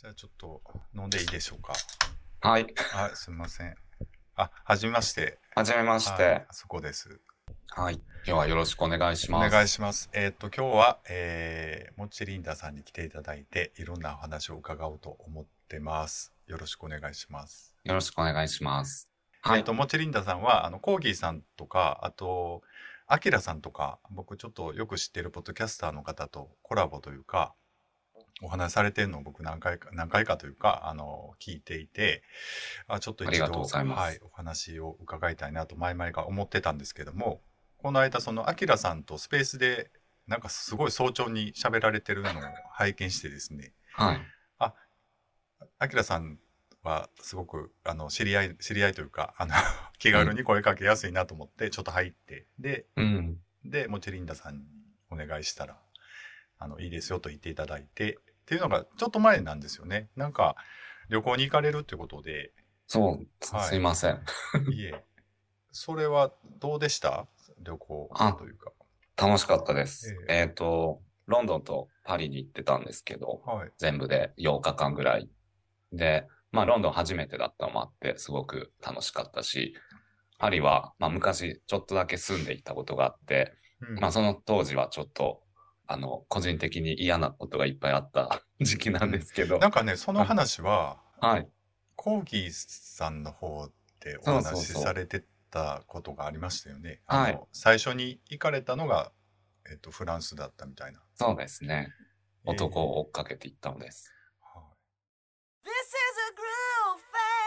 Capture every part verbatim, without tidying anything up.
じゃあちょっと飲んでいいでしょうか。 はい。 あ、すみません。あ、はじめまして。 はじめましはい、 て。 あそこです。 はい。今日はよろしくお願いしお願います。 します。えっと、今日は、えー、モッチリンダさんに来ていただいて、いろんなお話を伺おうと思ってます。よろしくお願いします。 よろしくお願いします。はい。 えっと、モッチリンダさんは、あの、コーギーさんとか、あと、アキラさんとか、僕ちょっとよく知ってるポッドキャスターの方とコラボというか、お話しされてるのを僕何回か、何回かというか、あの、聞いていて、あ、ちょっとありがとうご一度、はい、 ざいます。 お話を伺いたいなと前々から思ってたんですけども、この間、その、アキラさんとスペースで、なんかすごい早朝に喋られてるのを拝見してですね、 はい。 あ、アキラさんはすごく、あの、知り合い、知り合いというか、あの、気うん。 軽に声かけやすいなと思って、ちょっと入って、で、 うん。 で、モチリンダさんにお願いしたら、あの、いいですよと言っていただいて、っていうのがちょっと前なんですよね。なんか、旅行に行かれるってことで、 そう、すはい。 すいません。 いえ、それはどうでした？旅行あ、 というか。 楽しかったです。 ええ、 えっと、ロンドンとパリに行ってたんですけど、 はい。 全部でようかかんぐらい。で、まあ、ロンドン初めてだったのもあって、すごく楽しかったし、パリは、まあ、昔ちょっとだけ住んでいたことがあって、 うん。 まあ、その当時はちょっと、あの、個人的に嫌なことがいっぱいあった時期なんでうん。 すけど、 なんかね、そのあ、 話は、 はい。 コーギーさんの方でおそうそう話しさそう。 れてたことがありましたよね。あはい。 の、最初に行かれたのが、えっと、フランスだったみたいな。 そうですね。 え男を追え、 っかけていったのです。 は This is a groove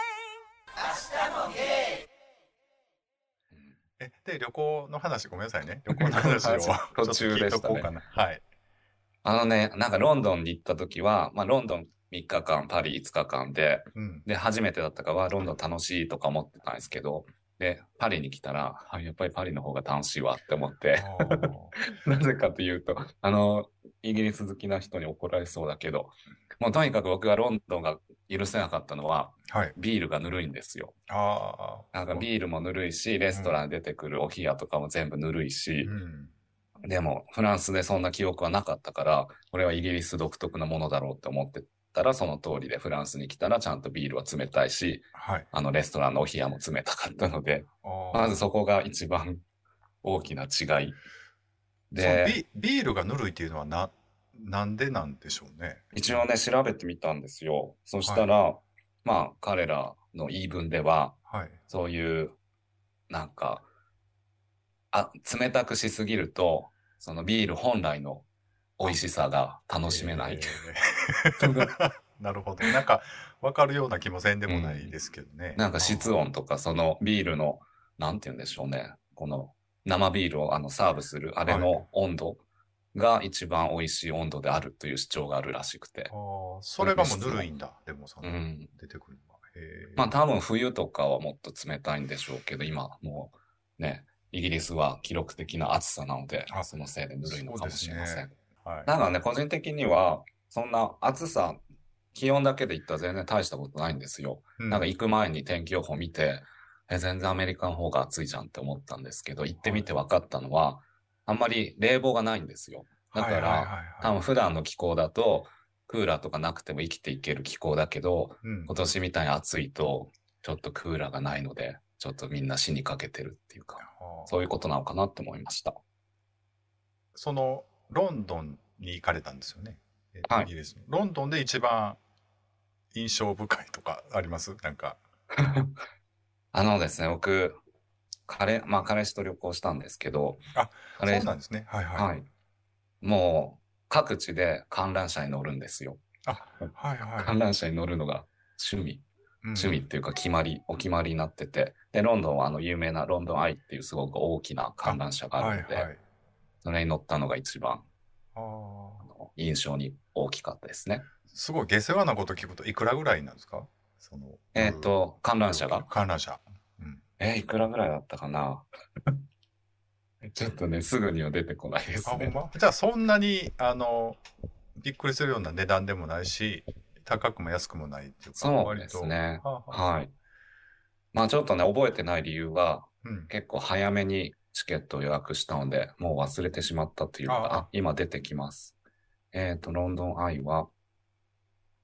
thing. うん。 い。え、で、旅行の話、ごめんなさいね。旅行の話を途ちょっと聞い中でしたね。 とこうかな。はい。 あのね、なんかロンドンに行った時は、まあロンドンみっかかん、パリいつかかんで、 うん。 で、初めてだったからはロンドン楽しいとか思ってたんですけど、で、パリに来たら、あ、やっぱりパリの方が楽しいわって思っあて、 あ。 なぜかというと、あの、イギリス好きな人に怒られそうだけど、もうとにかく僕がロンドンが許せなかったのは、 はい。 ビールがぬるいんですよ。 あなんかあ。 ビールもぬるいし、レうん。 ストランに出てくるお冷やとかも全部ぬるいし、 うん。 でもフランスでそんな記憶はなかったから、これはイギリス独特なものだろうって思ってたら、その通りでフランスに来たらちゃんとビールは冷たいし、 はい。 あのレストランのお冷やも冷たかったので、 あまずそあ。 こが一番大きな違いで、 そのビ、ビールがぬるいっていうのはな、なんでなんでしょうね。なん一応ね、調べてみたんですよ。そしはい。 たら、まあ彼らの言い分では、 はい。 そういうなんかあ、冷たくしすぎると、そのビール本来の美味あ、 しさが楽しめない。 えその、 ーなるほど。なんか、わかるような気もせんでもないうん。 ですけどね。 なんか室あ温とか、そのビールの、なんて言うんでしょうね。この生ビールをあのサーブする、ああ、はい。 れの温度が一番美味しい温度であるという主張があるらしくて。 ああ、そそれでれがもうぬ室温。 るいんだ。でも、その、 うん。 出てくるのが。へまあえ。 多分冬とかはもっと冷たいんでしょうけど、今もうね、イギリスは記録的な暑さなので、 あ、 そのせいでぬるいのそうでかもすね。 しれません。 はい。 ただね、個人的には、そんな暑さ、気温だけで言ったら全然大したことないんですよ。なんかうん。 行く前に天気予報見て、え、全然アメリカの方が暑いじゃんって思ったんですけど、行ってはい。 みて分かったのは、あんまり冷房がないんですよ。だはいはいはいから、 はい。 多分普段の気候だと、クーラーとかなくても生きていける気候だけど、 うん。 今年みたいに暑いと、ちょっとクーラーがないので、ちょっとみんな死にかけてるっていうか、そういうことなはあ。 のかなって思いました。 その、ロンドンに行かれたんですよね。えっと、 はい。 イギリスの。ロンドンで一番印象深いとかありますなんか。 あのですね、僕、彼、まあ彼氏と旅行したんですけど、 あ、そう彼、 なんですね。はいはい。 はい。もう、各地で観覧車に乗るんですよ。 あ、はいはい。 観覧車に乗るのが趣味。趣味うん。 っていうか決まり、お決まりになってて。で、ロンドンはあの有名なロンドンアイっていうすごく大きな観あ、 覧車があるので、 はいはい。 それに乗ったのが一番、 ああ。 あの、印象に大きかったですね。 すごい下世話なこと聞くといくらぐらいなんですか？その、乗えっると、観覧料金。 車が、 観覧車。うん。 えーいくらぐらいだったかな。ちょっとね、すぐには出てこないであ、 すね。 ほんまじゃあそんなに、あの、びっくりするような値段でもないし、高くも安くもないっていうか、 そうで割と、 すね。 はあ、はあはあ、 はい。まあちょっとね、覚えてない理由は、 うん。 結構早めにチケットを予約したので、もう忘れてしまったというか、 ああ、今出てきます。えっと、ロンドンアイは、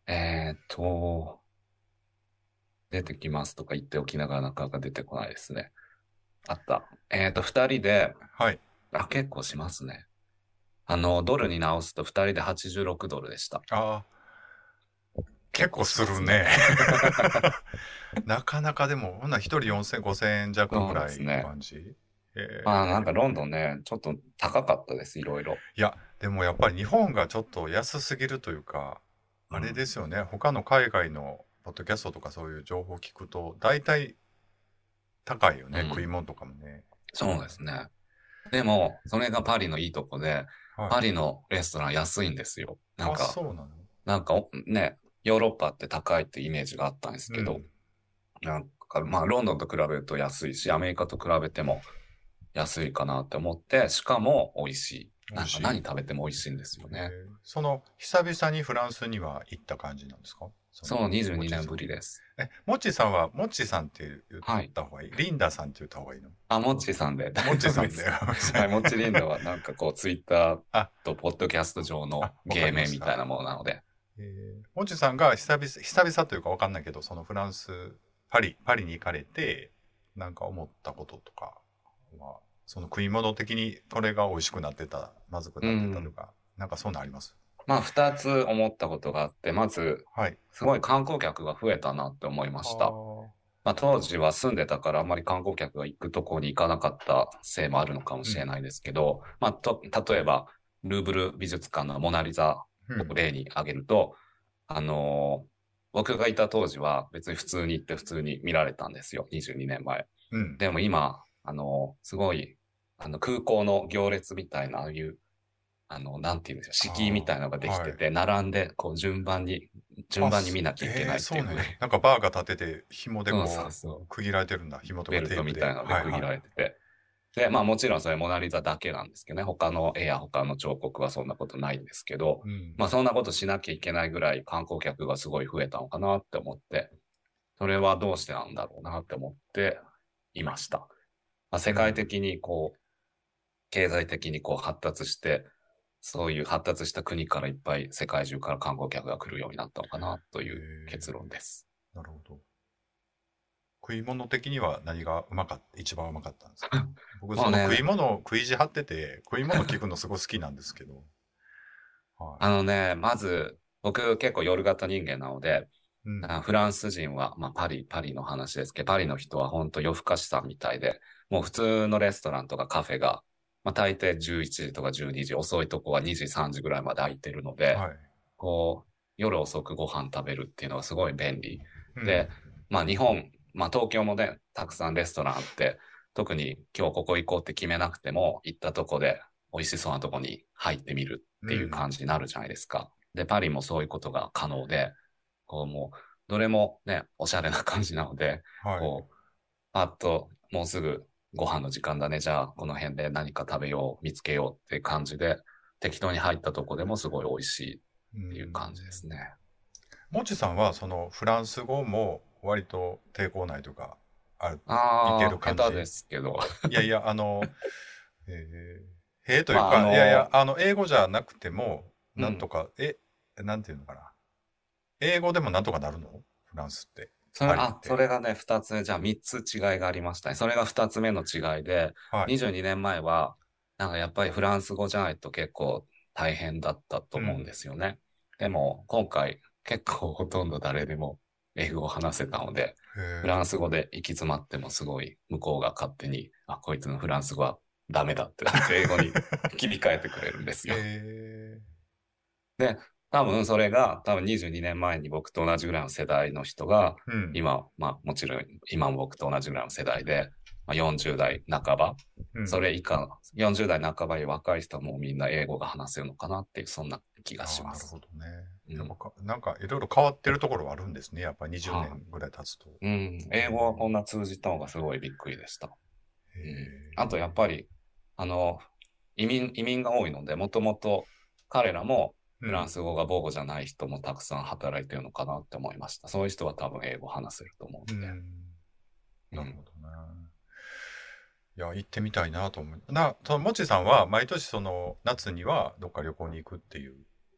えーっと、出てきますとか言っておきながらなかなか出てこないですね。あった。えーっと、二人で、 はい。 あ、結構しますね。あの、ドルに直すと二人ではちじゅうろくドルでした。 ああ、結構結構しますね。 するね。なかなかでも、ほんなら一人よんせん、ごせんえん弱ぐそうでらいのすね。 感じ。えまあなんかー、 ロンドンね、ちょっと高かったです、いろいろ。 いや、でもやっぱり日本がちょっと安すぎるというか、あれうん。 ですよね。他の海外のポッドキャストとかそういう情報を聞くと、大体高いよね。食いうん。 物とかもね。 そうですね。でも、それがパリのいいとこで、 はい。 パリのレストラン安いんですよ。なんあ、 か、 そうなの。 なんかおね、ヨーロッパって高いってイメージがあったんですけど、 うん。 なんかまあロンドンと比べると安いし、アメリカと比べても安いかなって思って、しかも美味しい。なんか美味しい。 何食べても美味しいんですよね。 えーその、久々にフランスには行った感じなんですか？その、 そう、22年もちさん。 ぶりです。 え、もちさんは、もちさんって言っはい。 た方がいい？リンダさんって言った方がいいの？ あ、モッチーさんで大もちさんで。 丈夫です。 ごめんなさい。 はい、モッチリンダはなんかこう、ツイッターあ、 とポッドキャスト上あ、 のわか芸りました。 名みたいなものなので、 えー、もちさんが久々、久々というかわかんないけど、そのフランス、パリ、パリに行かれて、なんか思ったこととかは、その食い物的にこれが美味しくなってた、まずくうなってたとん。 か、なんかそんなんあります？ まあ、二つ思ったことがあって、まず、 はい。 すごい観光客が増えたなって思いました。 はあ。 まあ、当時は住んでたからあんまり観光客が行くところに行かなかったせいもあるのかもうん。 しれないですけど、まあ、と、例えば、ルーブル美術館のモナリザうん。 を例に挙げると、あのー僕がいた当時は別に普通に行って普通に見られたんですよ。にじゅうにねんまえ。 うん。 でも今、あのーすごい、あの、空港の行列みたいな、ああいうあの、なんていうんですか、敷居みたいなのがでああ、はい。 きてて、並んで、こう、順番に、順あ、 番にす見なきゃいけええないっていう風に、 そうなんや。なんかバーが立てて、紐でそうそうこう、 そう、 区切られてるんだ。紐とかベルトテープで。 みたいなので区切はいはい。 られてて。で、まあもちろんそれモナリザだけなんですけどね、他の絵や他の彫刻はそんなことないんですけど、 うん。 まあそんなことしなきゃいけないぐらい観光客がすごい増えたのかなって思って、それはどうしてなんだろうなって思っていました。まあ、世界うん。 的にこう、経済的にこう発達して、そういう発達した国からいっぱい世界中から観光客が来るようになったのかなとえいう結論えです。 なるほど。食い物的には何がうまかった、一番うまかったんですか？僕、その食いもうね、 物、食い地張ってて、食い物聞くのすごい好きなんですけど。はあのね、まず僕結構夜型人間なので、 い。うん。 あフランス人は、まあパリ、パリの話ですけど、パリの人は本当夜更かしさんみたいで、もう普通のレストランとかカフェが、まあ大抵じゅういちじとかじゅうにじ、遅いとこはにじ、さんじぐらいまで空いてるので、 はい。 こう、夜遅くご飯食べるっていうのがすごい便利。 うん。 で、まあ日本、まあ東京もね、たくさんレストランあって、特に今日ここ行こうって決めなくても、行ったとこで美味しそうなとこに入ってみるっていううん。 感じになるじゃないですか。で、パリもそういうことが可能で、こうもう、どれもね、おしゃれな感じなので、 はい。 こう、パッともうすぐご飯の時間だね、じゃあこの辺で何か食べよう、見つけようっていう感じで、適当に入ったとこでもすごい美味しいっうていう感じでん。 すね。 もちさんは、その、フランス語も割と抵抗ないというか、ある、いけるああ、下手で感じ？ すけど。 いやいや、あの、えー、へえというまあ、あか、いやいや、 の、 あの、英語じゃなくても、 うん。 なんとか、え、なんていうのかな。英語でもなんとかなるの？フランスって。 それ、あ、そパリって。 れがね、二つ、じゃあ三つ違いがありましたね。それが二つ目の違いで、 はい。 にじゅうにねんまえは、なんかやっぱりフランス語じゃないと結構大変だったと思うんうん。 ですよね。でも、今回結構ほとんど誰でも英語を話せたので、 へフランスえ。 語で行き詰まってもすごい向こうが勝手に、あ、こいつのフランス語はダメだってなって英語に切り替えてくれるんですよ。 へえ。 で、多分それが多分にじゅうにねんまえに僕と同じぐらいの世代の人が、 うん。 今、まあもちろん今も僕と同じぐらいの世代で、まあ、よんじゅう代半ば、 うん。 それ以下、よんじゅう代半ばより若い人はもうみんな英語が話せるのかなっていう、そんな気がああ、 します。 なるほどね。 うん。 やっぱか、なんかいろいろ変わってるところはあるんですね。やっぱ20 は年ぐらい経つと。 い。うん。英語はこんな通じたのがすごいびっくりでした。 へうん。あとやっえ。 ぱり、あの、移民、移民が多いので、もともと彼らもうん。 フランス語が母語じゃない人もたくさん働いてるのかなって思いました。そういう人は多分英語話せると思うので。 うん。 うん。 なるほどね。いや、行ってみたいなと思う。な、その、もちさんは毎年その夏にはどっか旅行に行くっていう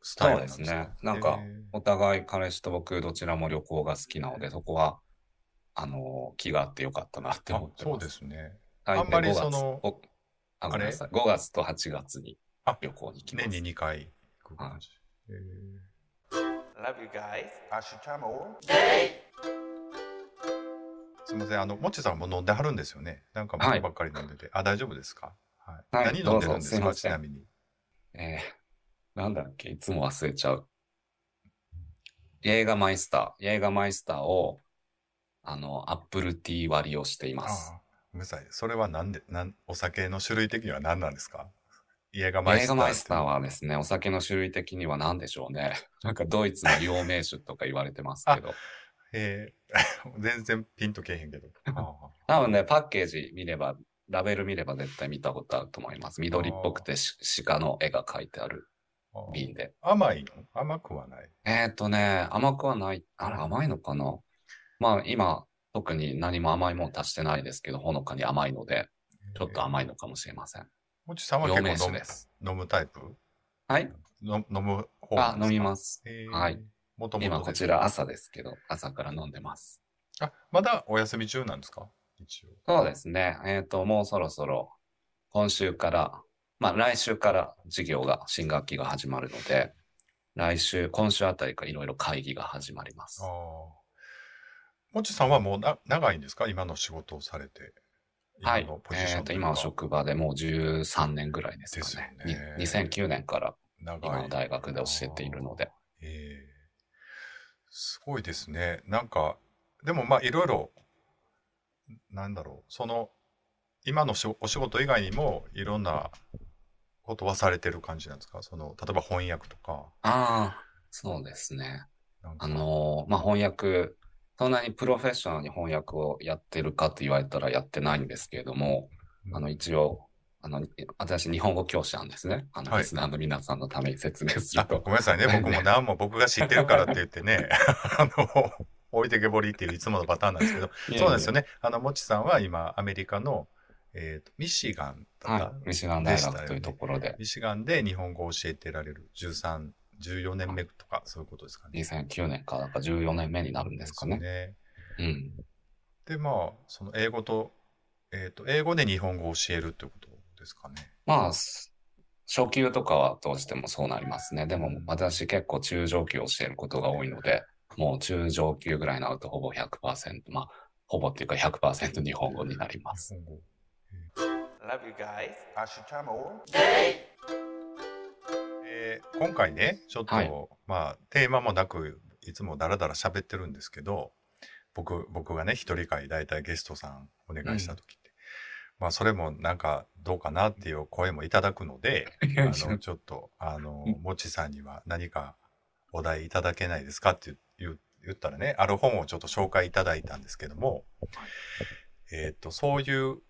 スタイそうでルなんですか？ すね。なんか、 へーお互い彼氏と僕どちらも旅行が好きなので、そこは、あの、気があってよかったなってあ、そうで思ってます。 すね。あ大抵んまり 5月、 その、 お、あ、ごあれめんなさい。ごがつとはちがつにあ、 旅行に行き年にます。 にかい行くはい。 感じ。へー Love you guys. すみません。あの、もちさんも飲んではるんですよね。なんかはい。 僕ばっかり飲んでて。あ、大丈夫ですか？はい。 はい、 何飲んどうぞ。 でるんですかすいません。 ちなみに。 えー、なんだっけ、いつも忘れちゃう。映画マイスター。映画マイスターを、あの、アップルティー割りをしています。 ああ、ごめんなさい。それはなんで、なん、お酒の種類的には何なんですか？イエガマイ映画スタマイスターーっていうのは。 はですね、お酒の種類的には何でしょうね。なんかドイツの陽明酒とか言われてますけあ、 ど。 えー、全然ピンとけえへんけど。あ多分ね、パッケージ見れば、ラベル見れば絶対見たことあると思います。 あ、 緑っぽくあてし鹿の絵が描いてあるあ、あ瓶で。 あ甘いの？甘くはない。 えーとね、甘くはない。あれ、甘いのかな。まあ今、特に何も甘いもん足してないですけど、ほのかに甘いので、ちょっとえー、 甘いのかもしれません。 もちさんは陽結構飲む、 明酒です。 飲むタイプ？ はい。 の飲む方なあ、飲んですか？ みます。 えー、 はい。 もとも今とですか？ こちら朝ですけど、朝から飲んでます。 あ、まだお休み中なんですか？一応。 そうですね。えっと、もうそろそろ、今週から、まあ来週から授業が、新学期が始まるので、来週、今週あたりからいろいろ会議が始まりまあす。 あ。もちさんはもうな長いんですか？今の仕事をされて。 はい。 今のポジシえっと、今のョンというか。 職場でもうじゅうさんねんぐらいですですよかね。にね。 にせんきゅうねんから長い。 今の大学であ教えているので。 あ。ええ、すごいですね。なんか、でもまあいろいろ、なんだろう。その、今のしお仕事以外にもいろんなことはされてる感じなんですか？その、例えば翻訳とか、 ああ、そうですね。あなんか、 のーまあ、翻訳、そんなにプロフェッショナルに翻訳をやってるかって言われたらやってないんですけれども、あの、 うん、 一応、あの、私日本語教師なんですね。あの、 はい。 リスナーの皆さんのために説明するあ、 と。 ごめんなさいね。僕も何も僕が知ってるからって言ってね、あの、置いてけぼりっていういつものパターンなんですけど、 いえいえ。 そうなんですよね。あの、もちさんは今、アメリカの、えっと、ミシガンだっはい。 たミシガンで大学というとしたよね。 ころで、 ミシガンで日本語を教えてられるじゅうさん、じゅうよねんめとか、そういうことですかね。 にせんきゅうねんか、なんかじゅうよねんめになるんでですすかね。 よね。 うん。 で、まあ、その英語と、えっと、英語で日本語を教えるってことですかね。 まあ、す初級とかはどうしてもそうなりますね。でもうん私結構中上級を教えることが多いので、もう中上級ぐらいになるとほぼひゃくパーセント、まあ、ほぼっていうかひゃくパーセント日本語になります。 日本語。 Love you guys. えー今回ね、ちょっはい。 と、まあ、テーマもなく、いつもダラダラ喋ってるんですけど、僕、僕がね、一人会、だいたいゲストさんお願いした時って、まあ、それもなんかどうかなっていう声もいただくので、あの、ちょっと、あの、もちさんには何かお題いただけないですかって言う言ったらね、ある本をちょっと紹介いただいたんですけども、えっと、そういう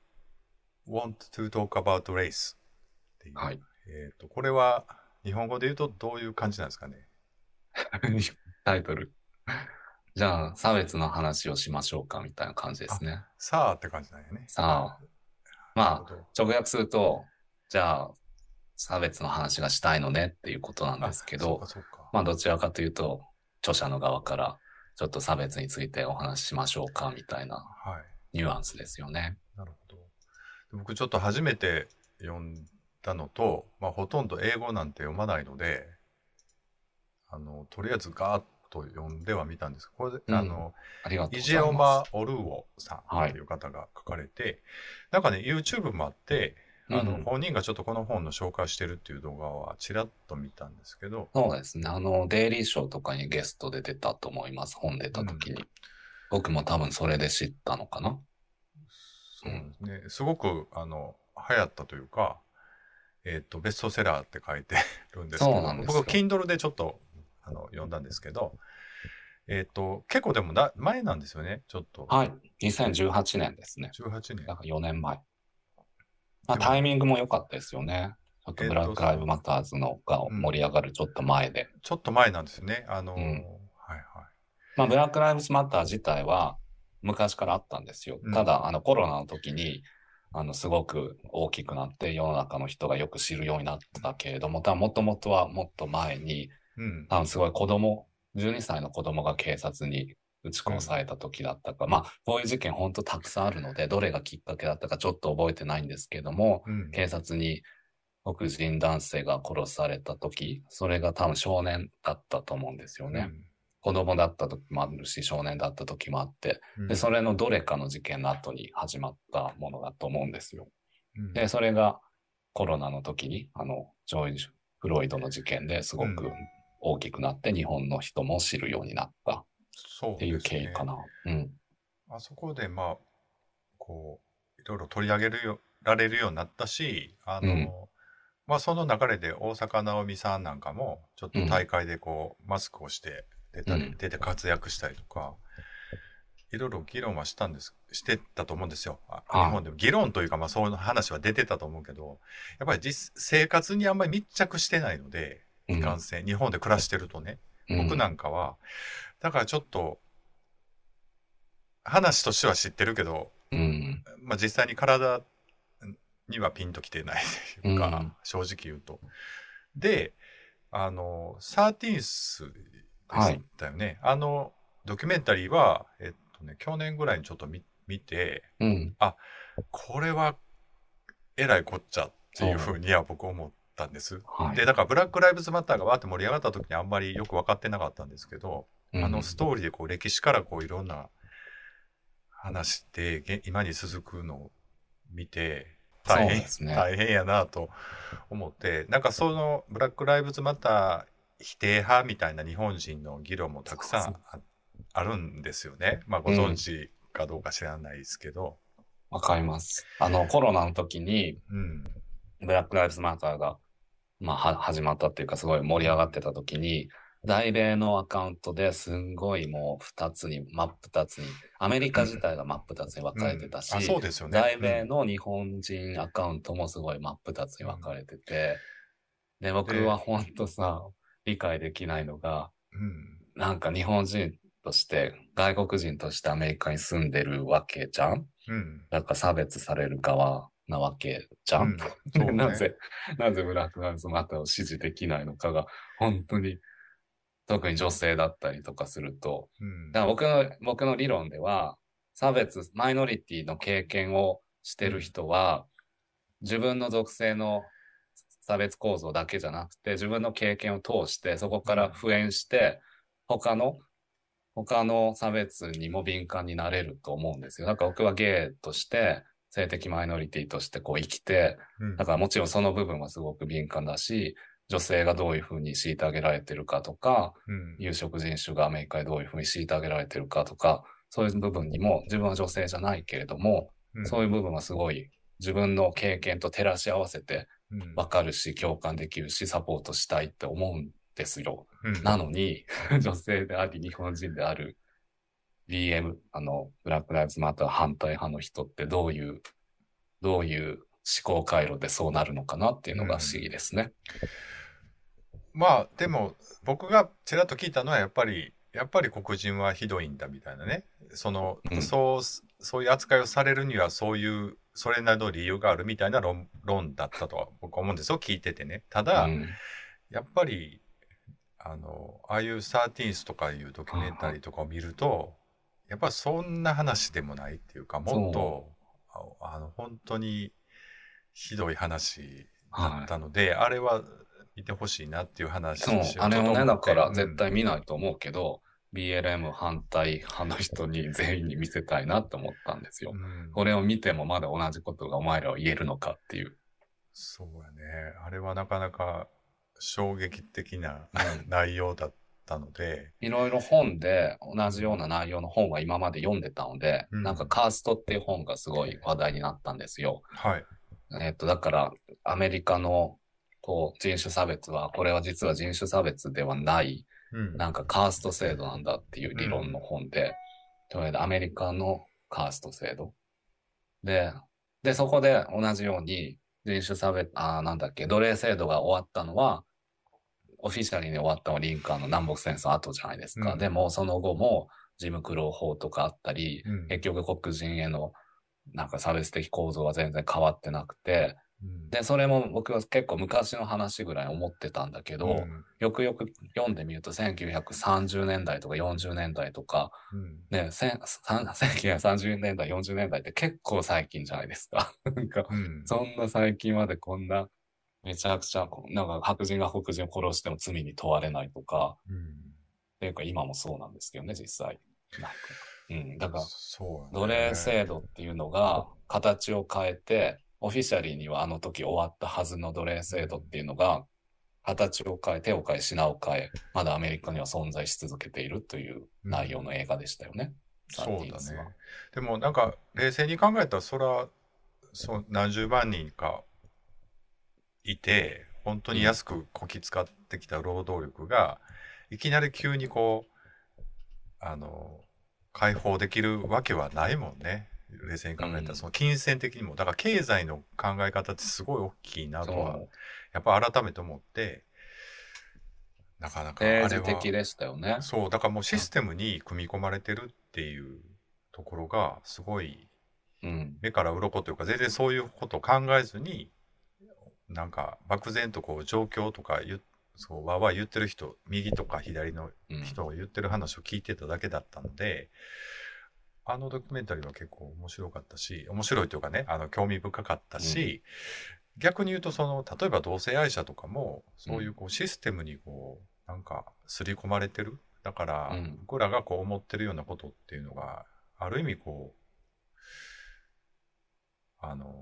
want to talk about race っていう、 はい。 えっと、これは日本語で言うとどういう感じなんですかね。 タイトル。じゃあ、差別の話をしましょうか、みたいな感じですね。 さあって感じなんやね。 さあ、 なるまあ、 ほど。 直訳すると、じゃあ、差別の話がしたいのねっていうことなんであ、 すけど、 そうかそうか。 まあ、どちらかというと、著者の側から、ちょっと差別についてお話ししましょうか、みたいなはい。 ニュアンスですよね。 なるほど。僕ちょっと初めて読んだのと、まあ、ほとんど英語なんて読まないので、あの、とりあえずガーッと読んではみたんです。これで、 うんあの、 ありがとうイございまジェオマ・す。 オルーオさんはい。 っていう方が書かれて、なんかね、YouTube もあって、あの、 うん。 本人がちょっとこの本の紹介してるっていう動画はちらっと見たんですけど、 そうですね。あの、デイリーショーとかにゲストで出たと思います。本出た時に。僕も多分それで知ったのかな。 そうですね。すごく、あの、流行ったというか、えっと、ベストセラーって書いてるんですけそうど、僕、 なんですよ。 Kindle でちょっと、あの、読んだんですけど、えっと、結構でもだ、前なんですよね、ちょっと。 はい。にせんじゅうはちねんですね。 じゅうはちねん。 だからよねんまえ。まあ、 でも、 タイミングも良かったですよね。ちょっとえっと、 ブラックライブマターズのがうん、 盛り上がるちょっと前で。 ちょっと前なんですよね。あの、 うん。 はいはい。 まあ、ブラックライブズマター自体は昔からあったんですよ。 うんただ、あのコロナの時に、あの、すごく大きくなって世の中の人がよく知るようになったけれども、ただもともとはもっと前に、 うん。 多分すごい子供、じゅうにさいの子供が警察に撃ち殺された時だったか、まあ、こういう事件本当たくさんあるので、どれがきっかけだったかちょっと覚えてないんですけども、 うん。 警察に黒人男性が殺された時、それが多分少年だったと思うんですよね。 うん。 子供だった時もあるし、少年だった時もあって、で、 うん。 それのどれかの事件の後に始まったものだと思うんですよ。 うんで、それがコロナの時に、あの、ジョージ・フロイドの事件ですごくうん。 大きくなって、日本の人も知るようになったっていうそうですね。 経緯かな。うん。 あそこで、まあ、こう、いろいろ取り上げるよ、られるようになったし、あうん。 の、まあ、その流れで大坂なおみさんなんかも、ちょっとうん。 大会でこう、マスクをして出たり、 うん。 出て活躍したりとか、いろいろ議論はしたんです、してたと思うんですよ。あ日は本でも。議論というか、まあ、そういう話は出てたと思うけど、やっぱり実、生活にあんまり密着してないので、 い。うん。 いかんせん、日本で暮らしてるとね、僕なうん。 んかは、だからちょっと、話としては知ってるけど、 うん。 まあ、実際に体にはピンときてないというか、 うん。 正直言うと。で、あの、サーティーンスでしはい。 たよね。あの、ドキュメンタリーは、えっとね、去年ぐらいにちょっと見、見て、 うん。 あ、これはえらいこっちゃっていうふそう。 うには僕思ったんです。で、 はい。 だからブラック・ライブズ・マターがわーって盛り上がった時にあんまりよく分かってなかったんですけど、あのスうん。 トーリーでこう歴史からこういろんな話してげ今に続くのを見て、大そう変、 ですね。 大変やなと思って、なんかそのブラック・ライブズ・マター否定派みたいな日本人の議論もたくさんあ、あるんですよね。まあごうん。 存知かどうか知らないですけど。 わかります。あの、コロナの時に、 うん。 ブラック・ライブズ・マターが、まあ、は、始まったっていうか、すごい盛り上がってた時に、在米のアカウントですんごいもう二つに、真っ二つに、アメリカ自体が真っ二つに分かれてうん。あ、 たし、 そうですよね。 在うん。 米の日本人アカウントもすごい真っ二つに分かれてて、で、僕はで、 ほんとさ、理解できないのが、 うん。 なんか日本人として、外国人としてアメリカに住んでるわけじゃん。 うん。 なんか差別される側なわけじゃん。 うん。そうね。 なぜ、なぜブラックライブズマターを支持できないのかが、本当に、特に女性だったりとかすると、 うん。 だから僕の、僕の理論では、差別、マイノリティの経験をしてるうん。 人は、自分の属性の差別構造だけじゃなくて、自分の経験を通して、そこからうん普遍して、他の他の差別にも敏感になれると思うんですよ。だから僕はゲイとして、性的マイノリティとしてこう生きて、 うんだからもちろんその部分はすごく敏感だし、女性がどういうふうに虐げられてるかとか、 うん有色人種がアメリカでどういうふうに虐げられてるかとか、そういう部分にも自分は女性じゃないけれども、 うんそういう部分はすごい自分の経験と照らし合わせてうんわかるし、共感できるし、サポートしたいって思うんですよ。 うんなのに、女性であり、日本人である ビーエム、あの、ブラックライブズマター反対派の人ってどういう、どういう思考回路でそうなるのかなっていうのが不思議ですね。 まあでも僕がちらっと聞いたのはやっぱりやっぱり黒人はひどいんだみたいなね。そのうん。 そうそういう扱いをされるにはそういうそれなりの理由があるみたいな論論だったとは僕は思うんですよ、聞いててね。ただうん。 やっぱりあのああいうサーティーンスとかいうドキュメンタリーとかを見るとやっぱそんな話でもないっていうか、もっそとああの本当にひどい話う。 だっはい。 たので、あれは見てほしいなっていうそう。 話をちょっとあれをね、 思って、 だからうん。 絶対見ないと思うけど、ビーエルエム 反対派の人に全員に見せたいなって思ったんですよ。 うん。 これを見てもまだ同じことがお前らは言えるのかっていう。 そうやね。あれはなかなか衝撃的なうん。 内容だったので、 いろいろ本で同じよううん。 な内容の本は今まで読んでたので、なんかうん。 カーストっていう本がすごい話題になったんですよ。 はい。 えっと、だから、アメリカの、こう、人種差別は、これは実は人種差別ではない、 うん。 なんかカースト制度なんだっていう理論のうん。 本で、とりあえずアメリカのカースト制度。で、で、そこで同じように人種差別、あーなんだっけ、奴隷制度が終わったのは、オフィシャルに終わったのはリンカーンの南北戦争後じゃないですか。でうん。 も、その後も、ジムクロー法とかあったり、 うん。 結局黒人へのなんか差別的構造は全然変わってなくて、 うんで、それも僕は結構昔の話ぐらい思ってたんだけど、 うんよくよく読んでみるとせんきゅうひゃくさんじゅうねんだいとかよんじゅうねんだいとか、 うんね、せんさん せんきゅうひゃくさんじゅうねんだい、よんじゅうねんだいって結構最近じゃないですか。なんか、 うんそんな最近までこんな、めちゃくちゃ、こうなんか白人が黒人を殺しても罪に問われないとか、 うんっていうか今もそうなんですけどね、実際。なんか、うん、だから、 そう奴隷ね。 制度っていうのが形を変えて、オフィシャリーにはあの時終わったはずの奴隷制度っていうのが、形を変え、手を変え、品を変え、まだアメリカには存在し続けているという内容の映画でしたよね。サそうだティーンスは。 ね。でもなんか冷静に考えたらそらそう何十万人かいて本当に安くこき使ってきた労働力がいきなり急にこうあの解放できるわけはないもんね。冷静に考えたら、 うんその金銭的にもだから経済の考え方ってすごい大きいなとはそう。 やっぱ改めて思って、なかなかあれは政治的でしたよね。 そうだからもうシステムに組み込まれてるっていうところがすごいうん。 目から鱗というか全然そういうことを考えずになんか漠然とこう状況とか言っそうわーわー言ってる人右とか左のうん。 人が言ってる話を聞いてただけだったので、あのドキュメンタリーは結構面白かったし面白いというかねあの興味深かったし、逆に言うとその例えば同性愛者とかもそういうこうシステムにこうなんか刷り込まれてる。だからうん僕らがこう思ってるようなことっていうのがある意味こうあの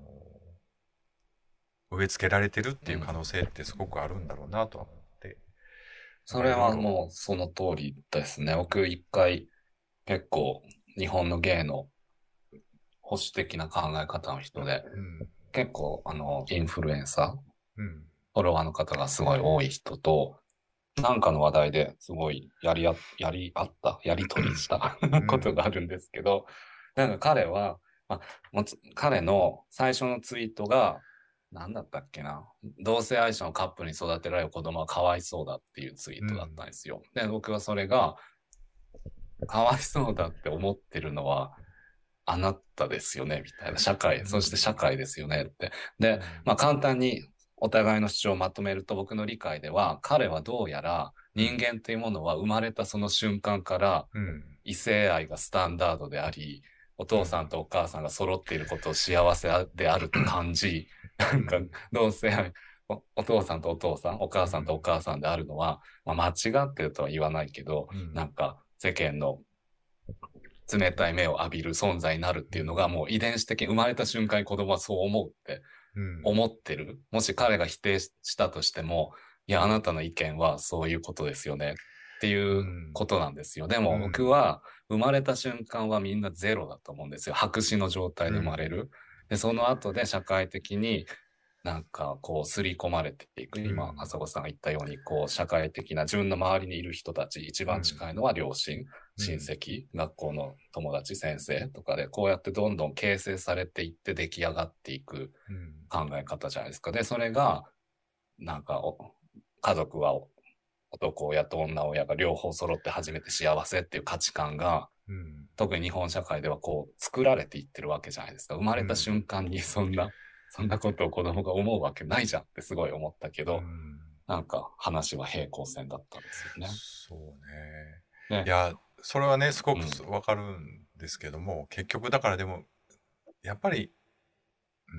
植え付けられてるっていう可能性ってすごくあるんだろうなとは思って、なんそれはかいろいろ、 もうその通りですね。僕一回結構日本の芸の保守的な考え方の人で、 うん結構あのインフルエンサー、 うんフォロワーの方がすごい多い人と、なんかの話題ですごいやりあ、やり合った、やりとりしたことがあるんですけど、なんか彼は、まあ、もつ彼の最初のツイートが、何だったっけな。同性愛者のカップルに育てられる子供はかわいそうだっていうツイートだったんですよ。で、僕はそれが、かわいそうだって思ってるのは、あなたですよね、みたいな。社会、そして社会ですよねって。で、まあ簡単にお互いの主張をまとめると僕の理解では、彼はどうやら人間というものは生まれたその瞬間からうん異性愛がスタンダードであり、お父さんとお母さんが揃っていることを幸せであると感じ、なんか同性愛、お、お父さんとお父さん、お母さんとお母さんであるのは、まあ、間違ってるとは言わないけど、 うんなんか世間の冷たい目を浴びる存在になるっていうのがもう遺伝子的に生まれた瞬間に子供はそう思うってうん思ってる。もし彼が否定したとしても、いや、あなたの意見はそういうことですよねっていうことなんですよ。でも僕は生まれた瞬間はみんなゼロだと思うんですよ。白紙の状態で生まれる。で、その後で社会的になんかこう刷り込まれていく。今、 うん朝子さんが言ったように、こう社会的な自分の周りにいる人たち、一番近いのは両親、親戚、学校の友達、先生とかで、こうやってどんどん形成されていって出来上がっていくうん考え方じゃないですか。で、それが、なんかお、家族は男親と女親が両方揃って初めて幸せっていう価値観が、 うん特に日本社会ではこう作られていってるわけじゃないですか。生まれた瞬間にそんな、そんなことを子供が思うわけないじゃんってすごい思ったけど、 うんなんか話は平行線だったんですよね。 そうね。 ね。 いやそれはねすごくうんわかるんですけども、結局だからでもやっぱり、うん、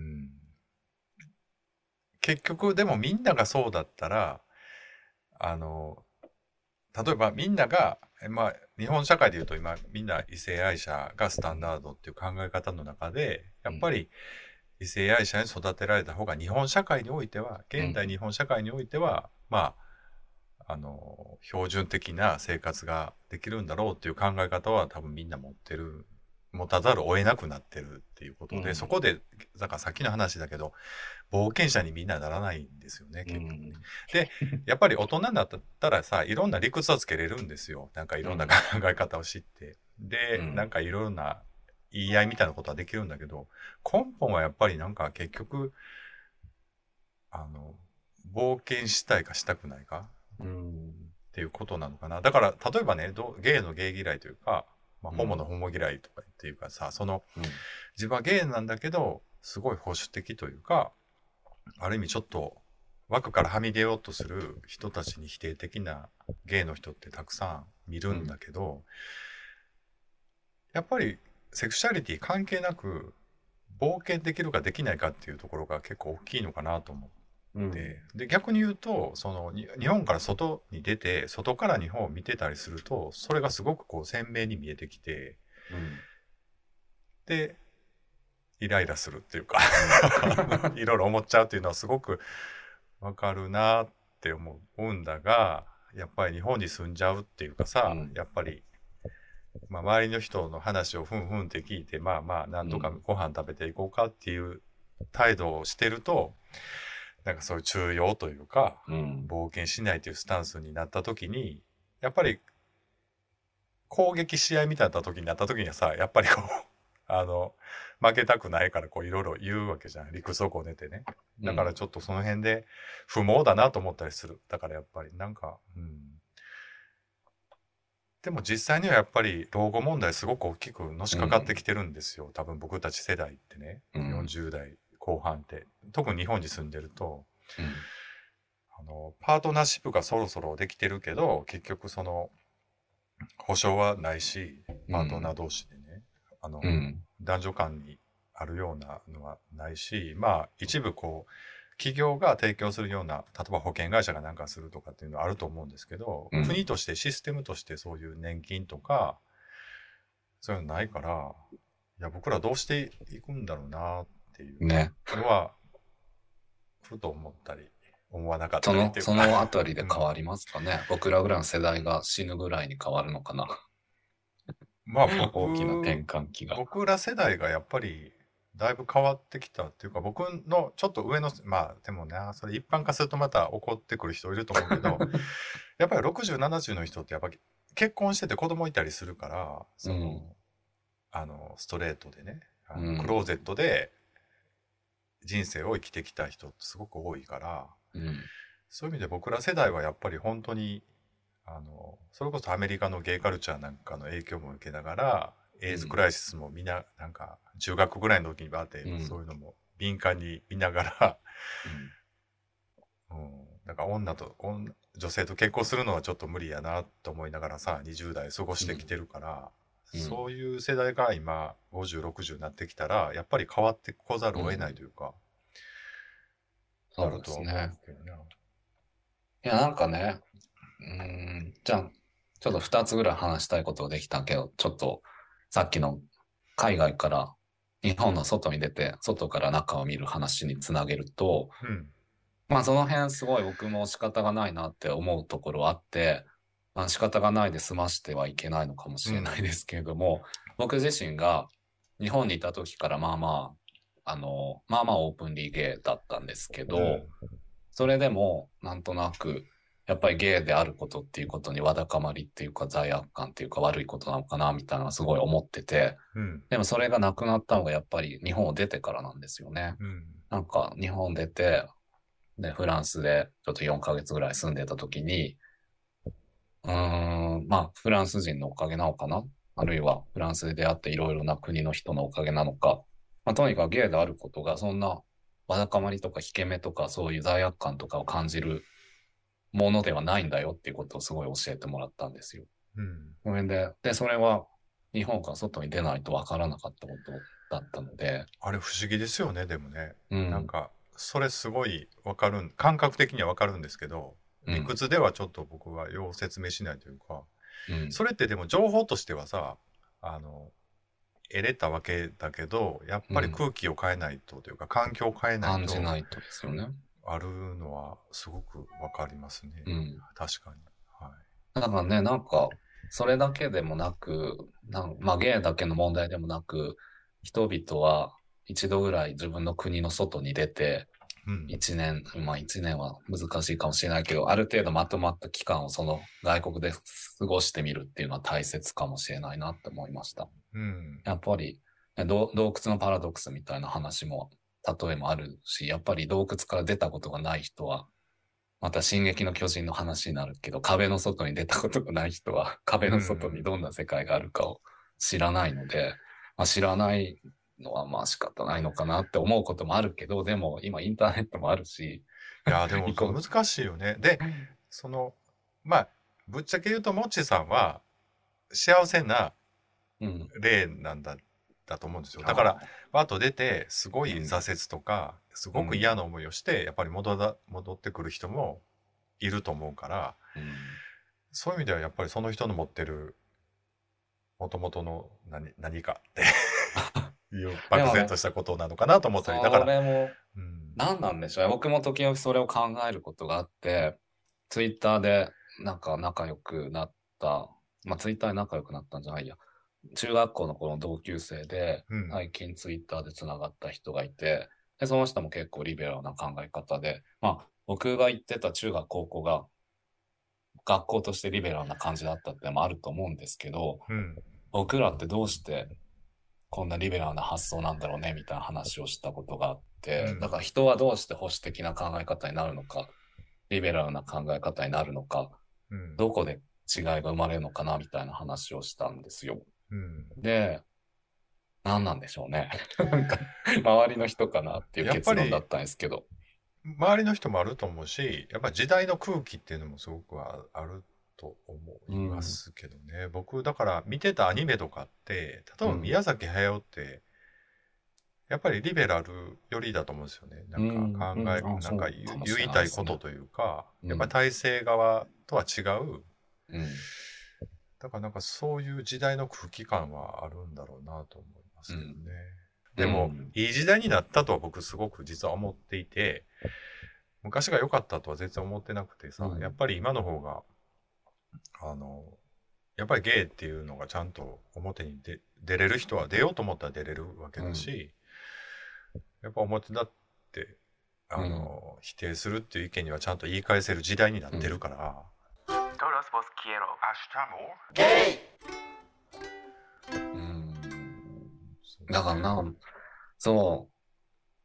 結局でもみんながそうだったらあの例えばみんなが、えまあ、日本社会でいうと今みんな異性愛者がスタンダードっていう考え方の中でやっぱり異性愛者に育てられた方が日本社会においては現代日本社会においては、まああの標準的な生活ができるんだろうっていう考え方は多分みんな持ってる持たざるを得なくなってるっていうことで、 うんそこでだからさっきの話だけど冒険者にみんなならないんですよね結局ね。でやっぱり大人になったらさいろんな理屈をつけれるんですよ。なんかいろんな考え方を知ってで、 うんなんかいろんな言い合いみたいなことはできるんだけど根本はやっぱりなんか結局あの冒険したいかしたくないかうんっていうことなのかな。だから例えばねどゲイのゲイ嫌いというか、まあ、 うんホモのホモ嫌いとかっていうかさそのうん自分はゲイなんだけどすごい保守的というかある意味ちょっと枠からはみ出ようとする人たちに否定的なゲイの人ってたくさん見るんだけど、うん、やっぱりセクシャリティ関係なく冒険できるかできないかっていうところが結構大きいのかなと思って、うん、で逆に言うとその日本から外に出て外から日本を見てたりするとそれがすごくこう鮮明に見えてきて、うん、でイライラするっていうかいろいろ思っちゃうっていうのはすごくわかるなって思うんだが、やっぱり日本に住んじゃうっていうかさ、うん、やっぱり、まあ、周りの人の話をふんふんって聞いて、まあまあなんとかご飯食べていこうかっていう態度をしてると、なんかそういう中庸というか、うん、冒険しないというスタンスになった時に、やっぱり攻撃し合いみたいな時になった時にはさ、やっぱりこうあの負けたくないからこういろいろ言うわけじゃん、理屈をこねてね。だからちょっとその辺で不毛だなと思ったりする。だからやっぱりなんか、うん、でも実際にはやっぱり老後問題すごく大きくのしかかってきてるんですよ、うん、多分僕たち世代ってね、うん、よんじゅう代後半って特に日本に住んでると、うん、あのパートナーシップがそろそろできてるけど結局その保証はないしパートナー同士でね、うん、あの、うん、男女間にあるようなのはないし、まあ一部こう企業が提供するような例えば保険会社がなんかするとかっていうのはあると思うんですけど、うん、国としてシステムとしてそういう年金とかそういうのないから、いや僕らどうしていくんだろうなっていうのは、ね、ふと思ったり思わなかったりっていうか、 そのそのあたりで変わりますかね、うん、僕らぐらいの世代が死ぬぐらいに変わるのかな。 まあ僕大きな転換期が僕ら世代がやっぱりだいぶ変わってきたっていうか、僕のちょっと上のまあでもねそれ一般化するとまた怒ってくる人いると思うけどやっぱりろくじゅうななじゅうの人ってやっぱり結婚してて子供いたりするからその、うん、あのストレートでねあの、うん、クローゼットで人生を生きてきた人ってすごく多いから、うん、そういう意味で僕ら世代はやっぱり本当にあのそれこそアメリカのゲイカルチャーなんかの影響も受けながらエイズクライシスもみんななんか中学ぐらいの時にバーって、うん、そういうのも敏感に見ながら、うんうん、だから女と女女性と結婚するのはちょっと無理やなと思いながらさにじゅう代過ごしてきてるから、うん、そういう世代が今ごじゅうろくじゅうになってきたらやっぱり変わってこざるを得ないというか、 うん、なるとは思うけどね。いやなんかねうーんじゃあちょっとふたつぐらい話したいことができたけど、ちょっとさっきの海外から日本の外に出て外から中を見る話につなげると、うん、まあその辺すごい僕も仕方がないなって思うところあって、まあ、仕方がないで済ましてはいけないのかもしれないですけれども、うん、僕自身が日本にいた時からまあまああのまあまあオープンリーゲイだったんですけど、うん、それでもなんとなくやっぱりゲイであることっていうことにわだかまりっていうか罪悪感っていうか悪いことなのかなみたいなのはすごい思ってて、うん、でもそれがなくなったのがやっぱり日本を出てからなんですよね。うん、なんか日本出てでフランスでちょっとよんかげつぐらい住んでた時にうーんまあフランス人のおかげなのかな、あるいはフランスで出会っていろいろな国の人のおかげなのか、まあ、とにかくゲイであることがそんなわだかまりとか引け目とかそういう罪悪感とかを感じるものではないんだよっていうことをすごい教えてもらったんですよ。うん。ごめんで、で、それは日本から外に出ないとわからなかったことだったので。 あれ不思議ですよね、でもね。うん、なんか、それすごいわかる、感覚的にはわかるんですけど、理屈ではちょっと僕はよう説明しないというか、うん、それってでも情報としてはさ、あの、得れたわけだけど、やっぱり空気を変えないとというか、環境を変えないと。 感じないとですよね。 あるのはすごくわかりますね。うん、確かに。はい。 だからね、なんか、それだけでもなく、なんまあ、ゲイだけの問題でもなく、人々は一度ぐらい自分の国の外に出て、一年、うん、まあ一年は難しいかもしれないけど、ある程度まとまった期間をその外国で過ごしてみるっていうのは大切かもしれないなって思いました。うん、やっぱり、洞窟のパラドックスみたいな話も、例えもあるし、やっぱり洞窟から出たことがない人は、また進撃の巨人の話になるけど、壁の外に出たことがない人は、壁の外にどんな世界があるかを知らないので、まあ、知らないのはまあ仕方ないのかなって思うこともあるけど、でも今インターネットもあるし、 いや、でも行こう。 難しいよね。で、その、まあ、ぶっちゃけ言うと、もっちさんは幸せなうん。 例なんだ、だと思うんですよ。だから、バーッと出て、すごいうん挫折とか、すごくうん嫌な思いをして、やっぱり戻だ戻ってくる人もいると思うから、 うんそういう意味ではやっぱりその人の持ってる元々の何、何かっていうでもね、 漠然としたことなのかなと思ったり、だかそら、 れもうん、 何なんでしょうね。僕も時々それを考えることがあって、ツイッターでなんか仲良くなった、まあツイッターで仲良くなったんじゃないや。中学校の頃の同級生で、 うん、 最近ツイッターでつながった人がいて、で、その人も結構リベラルな考え方で、まあ僕が行ってた中学高校が学校としてリベラルな感じだったってのもあると思うんですけど、 うん、 僕らってどうしてこんなリベラルな発想なんだろうねみたいな話をしたことがあって、 うんだから人はどうして保守的な考え方になるのか、リベラルな考え方になるのか、 うん、 どこで違いが生まれるのかなみたいな話をしたんですよ。 うん。 で、何なんでしょうね。なんか、周りの人かなっていうやっぱり、 結論だったんですけど。 周りの人もあると思うし、やっぱり時代の空気っていうのもすごくああると思いますけどね。僕、だから見てたアニメとかって、例えば宮崎駿って、やっぱりリベラル寄りだと思うんですよね。なんか考うん、うん、 え、 あ、 なんかそうかもしれ言いないですね。 たいことというか、 うんやっぱり体制側とは違う、 うん、 だからなんかそういう時代の空気感はあるんだろうなと思いますけどね。 うんでも、 うんいい時代になったとは僕すごく実は思っていて、昔が良かったとは全然思ってなくてさ、 うんやっぱり今の方が、あの、やっぱりゲイっていうのがちゃんと表に出出れる人は出ようと思ったら出れるわけだし、やっぱ表だって、あの、否定するっていう意見にはちゃんと言い返せる時代になってるから、 Todos vos quiero. Hasta more. Gay. うんだからな、そう、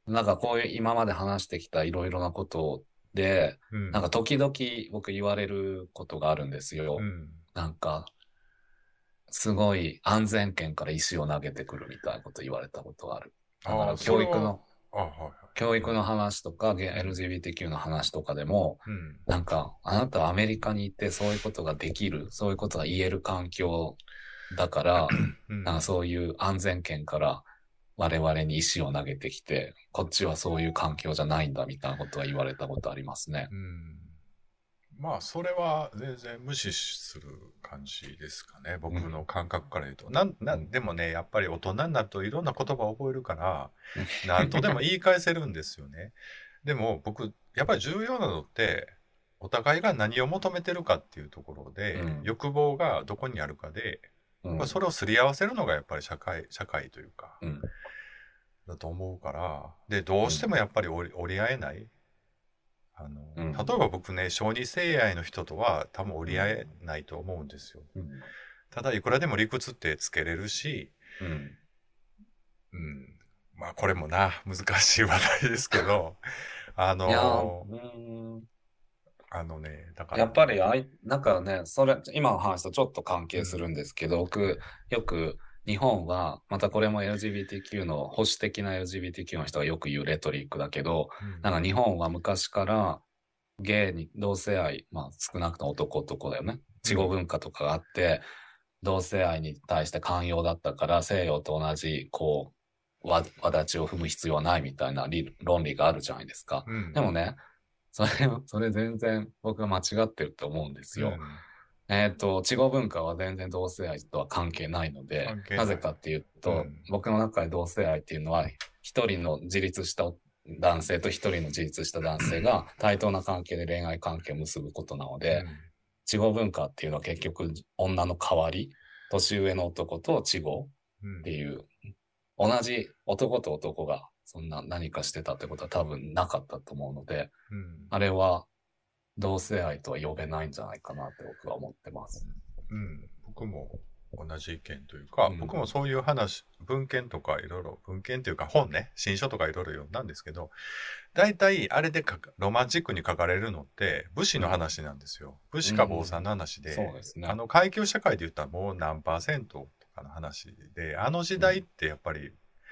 なんかこういう今まで話してきたいろいろなことで、 うん、 なんか時々僕言われることがあるんですよ。 うん、 なんか、すごい安全圏から石を投げてくるみたいなこと言われたことがある。だかああ、 らそれは、 教育の、 あ、はいはい。 教育の話とか、ゲ エルジービーティーキュー の話とかでも、 うん、 なんか、あなたはアメリカに行ってそういうことができる、そういうことが言える環境だから、 うん、 なんかそういう安全圏から我々に石を投げてきて、こっちはそういう環境じゃないんだみたいなことは言われたことありますね。 うん。まあ、それは全然無視する感じですかね。僕の感覚から言うと。なん、なん、でもね、やっぱり大人になるといろんな言葉を覚えるから、何とでも言い返せるんですよね。でも僕、やっぱり重要なのって、お互いが何を求めてるかっていうところで、 うん欲望がどこにあるかで、 うんやっぱそれをすり合わせるのがやっぱり社会、社会というか、 うんだと思うから、で、どうしてもやっぱり折り折り合えない。あの、 うん例えば僕ね、小児性愛の人とは多分折り合えないと思うんですよ。 うんただ、いくらでも理屈ってつけれるし、 うんうん、まあこれもな、難しい話題ですけど、あいやー、 の、 うんあのね、だから、 やっぱりあい、なんかね、それ、今の話とちょっと関係するんですけど、僕、よく日本は、またこれも エルジービーティーキュー の、保守的な エルジービーティーキュー の人がよく言うレトリックだけど、 うんなんか日本は昔からゲイに同性愛、まあ少なくとも男男だよね。稚語文化とかがあって、同性愛に対して寛容だったから西洋と同じ、こう、わ、わだちを踏む必要はないみたいな理論理があるじゃないですか。 うんでもね、それ、それ全然僕は間違ってると思うんですよ。えっと、稚語文化は全然同性愛とは関係ないので、 関係ないなぜかっていうと、 うん僕の中で同性愛っていうのは、一人の自立した男性と一人の自立した男性が対等な関係で恋愛関係を結ぶことなので、稚語文化っていうのは結局女の代わり、年上の男と稚語うんっていう、同じ男と男がそんな何かしてたってことは多分なかったと思うので、 うんあれは同性愛とは呼べないんじゃないかなって僕は思ってます。 うん、僕も同じ意見というか、 うん僕もそういう話、文献とかいろいろ、文献というか本ね、新書とかいろいろ読んだんですけど、大体あれでかロマンチックに書かれるのって武士の話なんですよ。武士か坊さんの話で、 そうですね。 あの階級社会で言ったらもう何パーセントとかの話で、あの時代ってやっぱり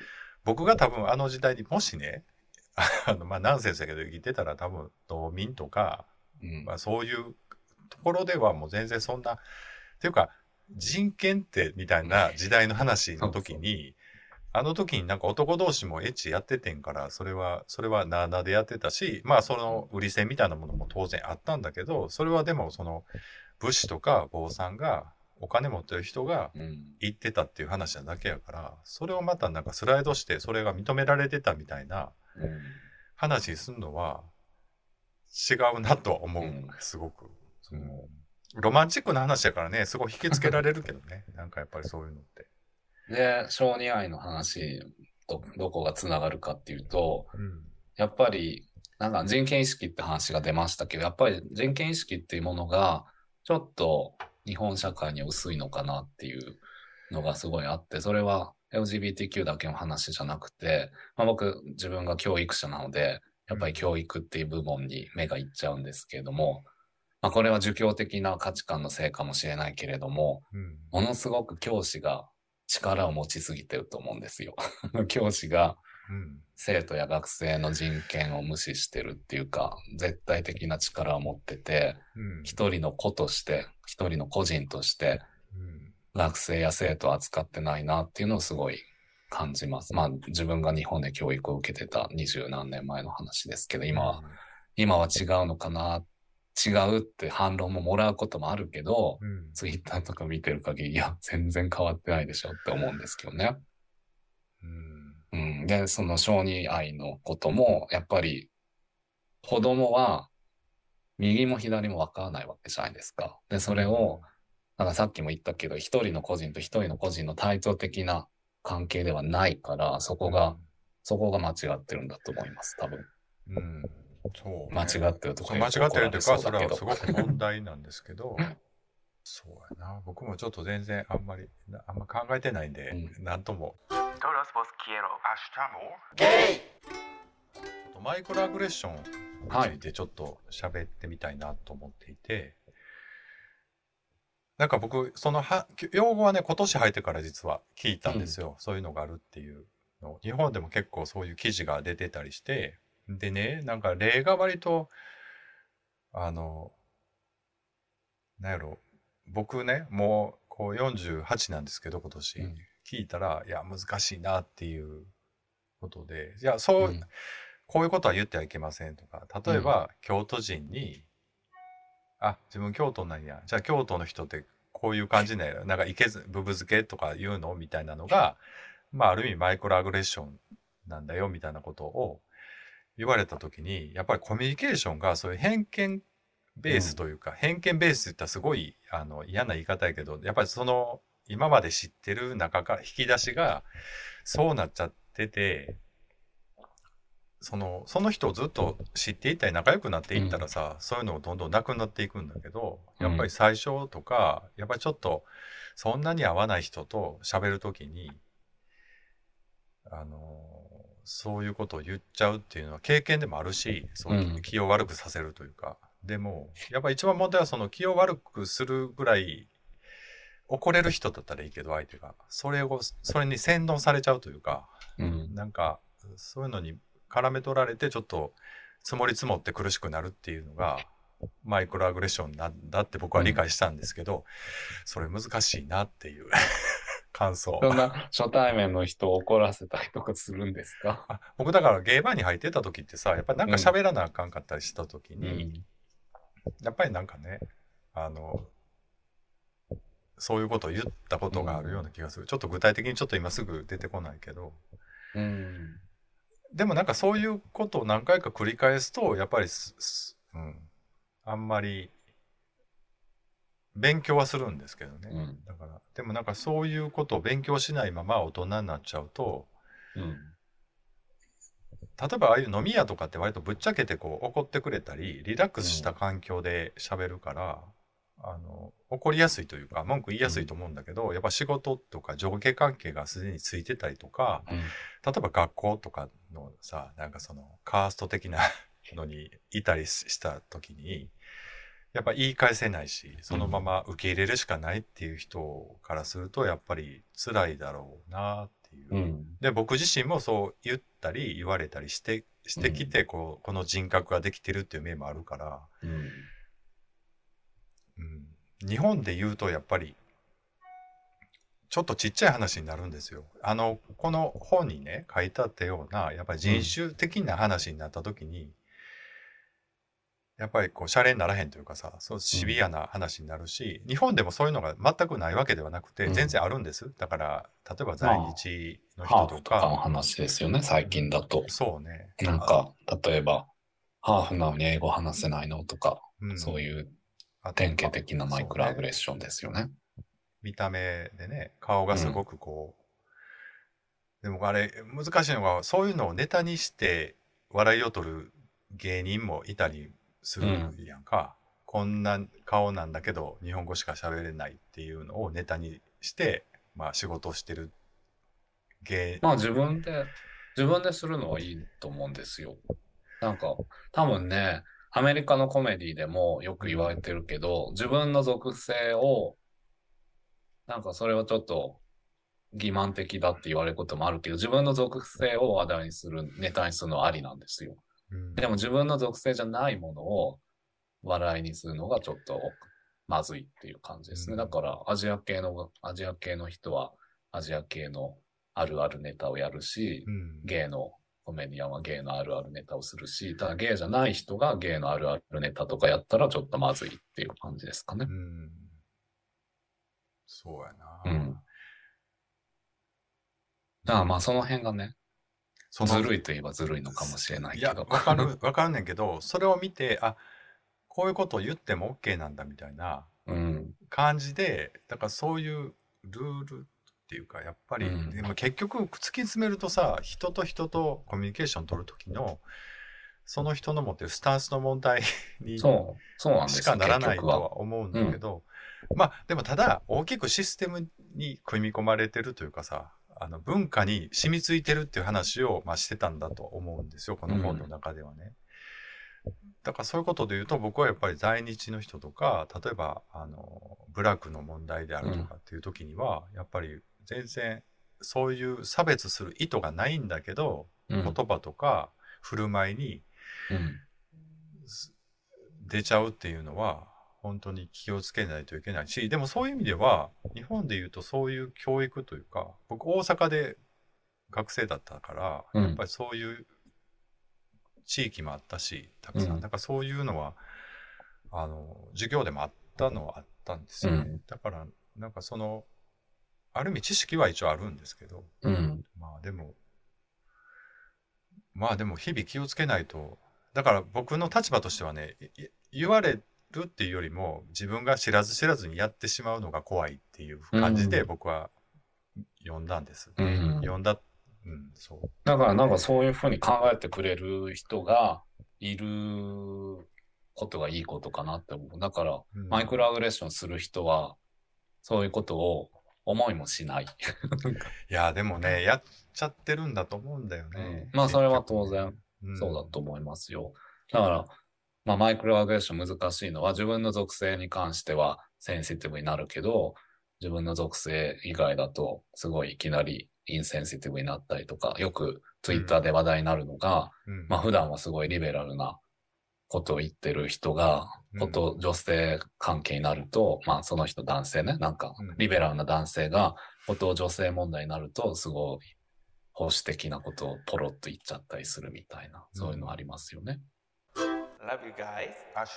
僕が多分あの時代にもしね、あの、まあ、ナンセンスだけど生きてたら多分、道民とか、 うん。 まあ、そういうところではもう全然そんな、っていうか、人権ってみたいな時代の話の時に、あの時になんか男同士もエッチやっててんから、それは、それはなあなあでやってたし、まあその売り線みたいなものも当然あったんだけど、それはでもその武士とか坊さんが、お金持ってる人がうん。 言ってたっていう話なだけやから、それをまたなんかスライドしてそれが認められてたみたいなうん。 話にするのは違うなとは思う、 うんすごく。 そう。 ロマンチックな話やからね、すごい引きつけられるけどね。なんかやっぱりそういうのって。 で、小児愛の話とどこがつながるかっていうと、 うん。 やっぱり、なんか人権意識って話が出ましたけど、やっぱり人権意識っていうものが、ちょっと日本社会には薄いのかなっていうのがすごいあって、それは エルジービーティーキュー だけの話じゃなくて、まあ、僕、自分が教育者なので、やっぱり教育っていう部門に目がいっちゃうんですけれども、まあ、これは儒教的な価値観のせいかもしれないけれども、 うん。 ものすごく教師が力を持ちすぎてると思うんですよ。教師がうん。 生徒や学生の人権を無視してるっていうか、絶対的な力を持ってて、 うん。 一人の子として、一人の個人としてうん学生や生徒を扱ってないなっていうのをすごい感じます。まあ自分が日本で教育を受けてた二十何年前の話ですけど、今は、今は違うのかな、違うって反論ももらうこともあるけど、 うん。 ツイッターとか見てる限り、いや、全然変わってないでしょって思うんですけどね。 うん。 うん。で、その小児愛のことも、やっぱり子供は右も左もわからないわけじゃないですか。で、それを、なんかさっきも言ったけど、一人の個人と一人の個人の対等的な関係ではないから、そこが、そこが間違ってるんだと思います、多分。 うん。そうね、 間違ってるとそうか間違ってるというか、それはすど。 ごく問題なんですけど、そうやな。僕もちょっと全然あんまり、なあんま考えてないんで、 うんなんとも。 Todos vos quiero. Gay. ちょっとマイクロアグレッションについてちょっと喋ってみたいなと思っていて、なんか僕、そのは、用語はね、今年入ってから実は聞いたんですよ。そういうのがあるっていうの。日本でも結構そういう記事が出てたりして、でね、なんか例が割と、あの、なんやろ、僕ね、もうこうよんじゅうはちなんですけど、今年、 うん聞いたら、いや、難しいなっていうことで、いや、そう、 うんこういうことは言ってはいけませんとか、例えば、京都人に、あ、自分京都なんや。じゃあ京都の人ってこういう感じね。なんかいけず、ぶぶ漬けとか言うのみたいなのが、まあある意味マイクロアグレッションなんだよみたいなことを言われたときに、やっぱりコミュニケーションがそういう偏見ベースというか、偏見ベースって言ったらすごいあの嫌な言い方やけど、やっぱりその今まで知ってる中から引き出しがそうなっちゃってて、その、その人をずっと知っていったり仲良くなっていったらさ、うん、そういうのもどんどんなくなっていくんだけど、やっぱり最初とか、やっぱりちょっと、そんなに合わない人と喋るときに、あの、そういうことを言っちゃうっていうのは経験でもあるし、そういう気を悪くさせるというか、うん、でも、やっぱり一番問題はその気を悪くするぐらい、怒れる人だったらいいけど、相手が。それを、それに洗脳されちゃうというか、 うん、 なんか、そういうのに、絡め取られてちょっと積もり積もって苦しくなるっていうのがマイクロアグレッションなんだって僕は理解したんですけど、うん、それ難しいなっていう感想。 そんな初対面の人を怒らせたりとかするんですか？ あ、僕だからゲーバーに入ってた時ってさ、やっぱりなんか喋らなあかんかったりした時に、うん、やっぱりなんかね、あのそういうことを言ったことがあるような気がする、うん、ちょっと具体的にちょっと今すぐ出てこないけど、 うん、 でもなんかそういうことを何回か繰り返すと、やっぱりす、うん、あんまり勉強はするんですけどね。うん、だから、でもなんかそういうことを勉強しないまま大人になっちゃうと、うん、例えばああいう飲み屋とかって割とぶっちゃけてこう怒ってくれたり、リラックスした環境で喋るから、うん、あの、怒りやすいというか、文句言いやすいと思うんだけど、うん、やっぱ仕事とか上下関係がすでについてたりとか、うん、例えば学校とかのさ、なんかそのカースト的なのにいたりした時に、やっぱ言い返せないし、そのまま受け入れるしかないっていう人からすると、やっぱり辛いだろうなってっていう。 うん、 で、僕自身もそう言ったり言われたりして、してきて、こう、この人格ができてるっていう面もあるから、 うん、 うん、日本で言うとやっぱり、ちょっとちっちゃい話になるんですよ。あの、この本にね、書いてあったような、やっぱり人種的な話になった時に、やっぱりこう、シャレにならへんというかさ、そうシビアな話になるし、日本でもそういうのが全くないわけではなくて、全然あるんです。だから、例えば在日の人とハーフとかのか、 話ですよね、最近だと。 そうね。 なんか、例えば、ハーフなのに英語話せないのとか、 うん、 そういうあと典型的なマイクロアグレッそうね、 ションですよね。 見た目でね、顔がすごくこう、でもあれ、難しいのが、そういうのをネタにして笑いを取る芸人もいたりするやんか。こんな顔なんだけど、日本語しか喋れないっていうのをネタにして、まあ仕事をしてる芸、 まあ自分で、自分でするのはいいと思うんですよ。なんか、多分ね、アメリカのコメディでもよく言われてるけど、自分の属性を、なんかそれはちょっと欺瞞的だって言われることもあるけど、自分の属性を話題にする、ネタにするのはありなんですよ。 うん、 でも自分の属性じゃないものを笑いにするのがちょっとまずいっていう感じですね。 うんだからアジア系の、アジア系の人はアジア系のあるあるネタをやるし、 うん、 ゲイのコメディアンはゲイのあるあるネタをするし、ただゲイじゃない人がゲイのあるあるネタとかやったらちょっとまずいっていう感じですかね。 うん、そうやうな。 ん。だからまあその辺がね、 そのずるいといえばずるいのかもしれないいや、 けど。 わかる、わかるねんけど、それを見て、あ、こういうことを言っても OK なんだみたいなうん。 感じで、だからそういうルールっていうか、やっぱり、 うんでも結局突き詰めるとさ、人と人とコミュニケーション取るときの、その人の持ってるスタンスの問題にそう、そうなんですよ、 しかならないと結局は。 は思うんだけど、まあでもただ大きくシステムに組み込まれてるというかさ、あの文化に染みついてるっていう話を、まあ、してたんだと思うんですよ、この本の中ではね。だからそういうことで言うと、僕はやっぱり在日の人とか、例えばあの部落の問題であるとかっていう時には、やっぱり全然そういう差別する意図がないんだけど、 うん言葉とか振る舞いにうん出ちゃうっていうのは本当に気をつけないといけないし、でもそういう意味では日本で言うとそういう教育というか、僕大阪で学生だったから、 うんやっぱりそういう地域もあったし、たくさん、 うんだからそういうのはあの授業でもあったのはあったんですよね。 うんだからなんかそのある意味知識は一応あるんですけど、 うんまあでもまあでも日々気をつけないと、だから僕の立場としてはね、い言われるっていうよりも自分が知らず知らずにやってしまうのが怖いっていう感じでうん僕は読んだんです。で、 うん読んだ、うん、そう。 だからなんかそういうふうに考えてくれる人がいることがいいことかなって思う。だから、 うんマイクロアグレッションする人はそういうことを思いもしない。 いや、でもね、やっちゃってるんだと思うんだよね。 うんまあそれは結局ね当然うんそうだと思いますよ。だから、まあマイクロアグレッション難しいのは自分の属性に関してはセンシティブになるけど、自分の属性以外だとすごいいきなりインセンシティブになったりとか、よくツイッターで話題になるのが、 うんまあ普段はすごいリベラルなことを言ってる人が、 うんこと女性関係になると、まあその人男性ね、なんかうんリベラルな男性がこと女性問題になるとすごい保守的なことをポロッと言っちゃったりするみたいな、そういうのありますよね。 Love you guys.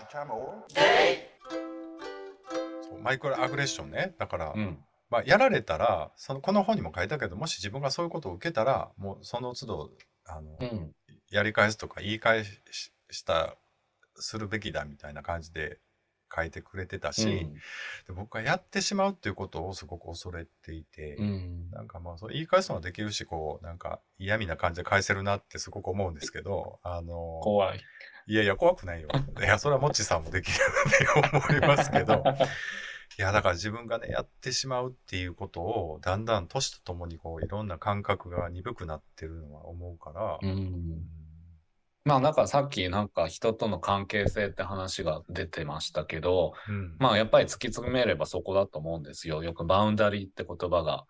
そうマイクロアグレッションね。だから、 うん。 まあ、やられたらそのこの本にも書いたけど、もし自分がそういうことを受けたらもうその都度あの、 うん。 やり返すとか言い返ししたするべきだみたいな感じで書いてくれてたし、で僕はやってしまうっていうことをすごく恐れていて、 うん。 なんかまあそう言い返すのはできるし、こうなんか嫌味な感じで返せるなってすごく思うんですけど、あの怖い。 いやいや怖くないよ。いやそれはもっちさんもできるって思いますけど、いやだから自分がねやってしまうっていうことをだんだん年とともにこういろんな感覚が鈍くなってるのは思うから、 うん。 うんまあなんかさっきなんか人との関係性って話が出てましたけど、 うんまあやっぱり突き詰めればそこだと思うんですよ。よくバウンダリーって言葉が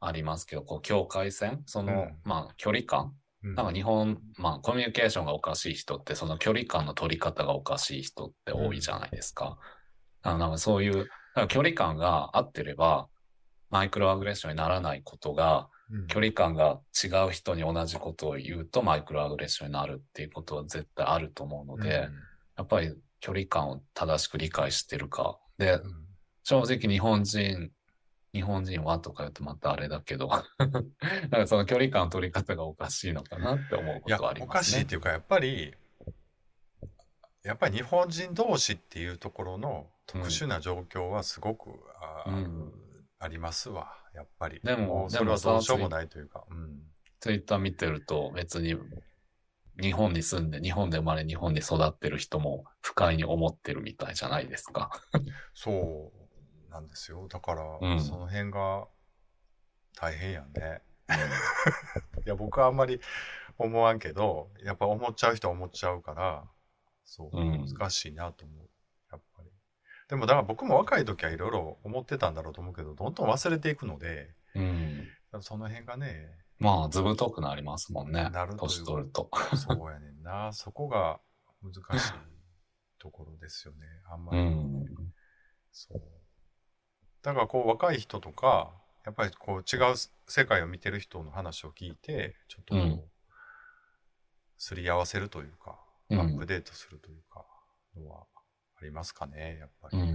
ありますけど、こう、境界線、その、 うんまあ、距離感。 うんなんか日本、まあ、コミュニケーションがおかしい人って、その距離感の取り方がおかしい人って多いじゃないですか。あのなんかそういう、だから距離感が合ってれば、マイクロアグレッションにならないことが、 うん距離感が違う人に同じことを言うとマイクロアグレッションになるっていうことは絶対あると思うので、 うんやっぱり距離感を正しく理解してるか。で、 うん正直日本人、日本人はとか言うとまたあれだけど、なんかその距離感の取り方がおかしいのかなって思ういやことはありおかますね。 しいっていうかやっぱりやっぱり日本人同士っていうところの特殊な状況はすごく、あ、 うんありますわやっぱり。 でももうそれはでもさどうしようもないというか。うんツイッター見てると別に日本に住んで、日本で生まれ日本に育ってる人も不快に思ってるみたいじゃないですか。 そうなんですよ。だから、 うんその辺が大変やね。いや僕はあんまり思わんけどやっぱ思っちゃう人は思っちゃうからそううん難しいなと思うやっぱり。でもだから僕も若い時はいろいろ思ってたんだろうと思うけどどんどん忘れていくのでうん。 その辺がねまあ、ずぶとくなりますもんね。 なるという年取ると。 そうやねんなそこが難しいところですよねあんまり、 うん。 そうだからこう若い人とかやっぱりこう違う世界を見てる人の話を聞いてちょっとこう、 うんすり合わせるというか、 うんアップデートするというかのはありますかねやっぱり、 うん。 うん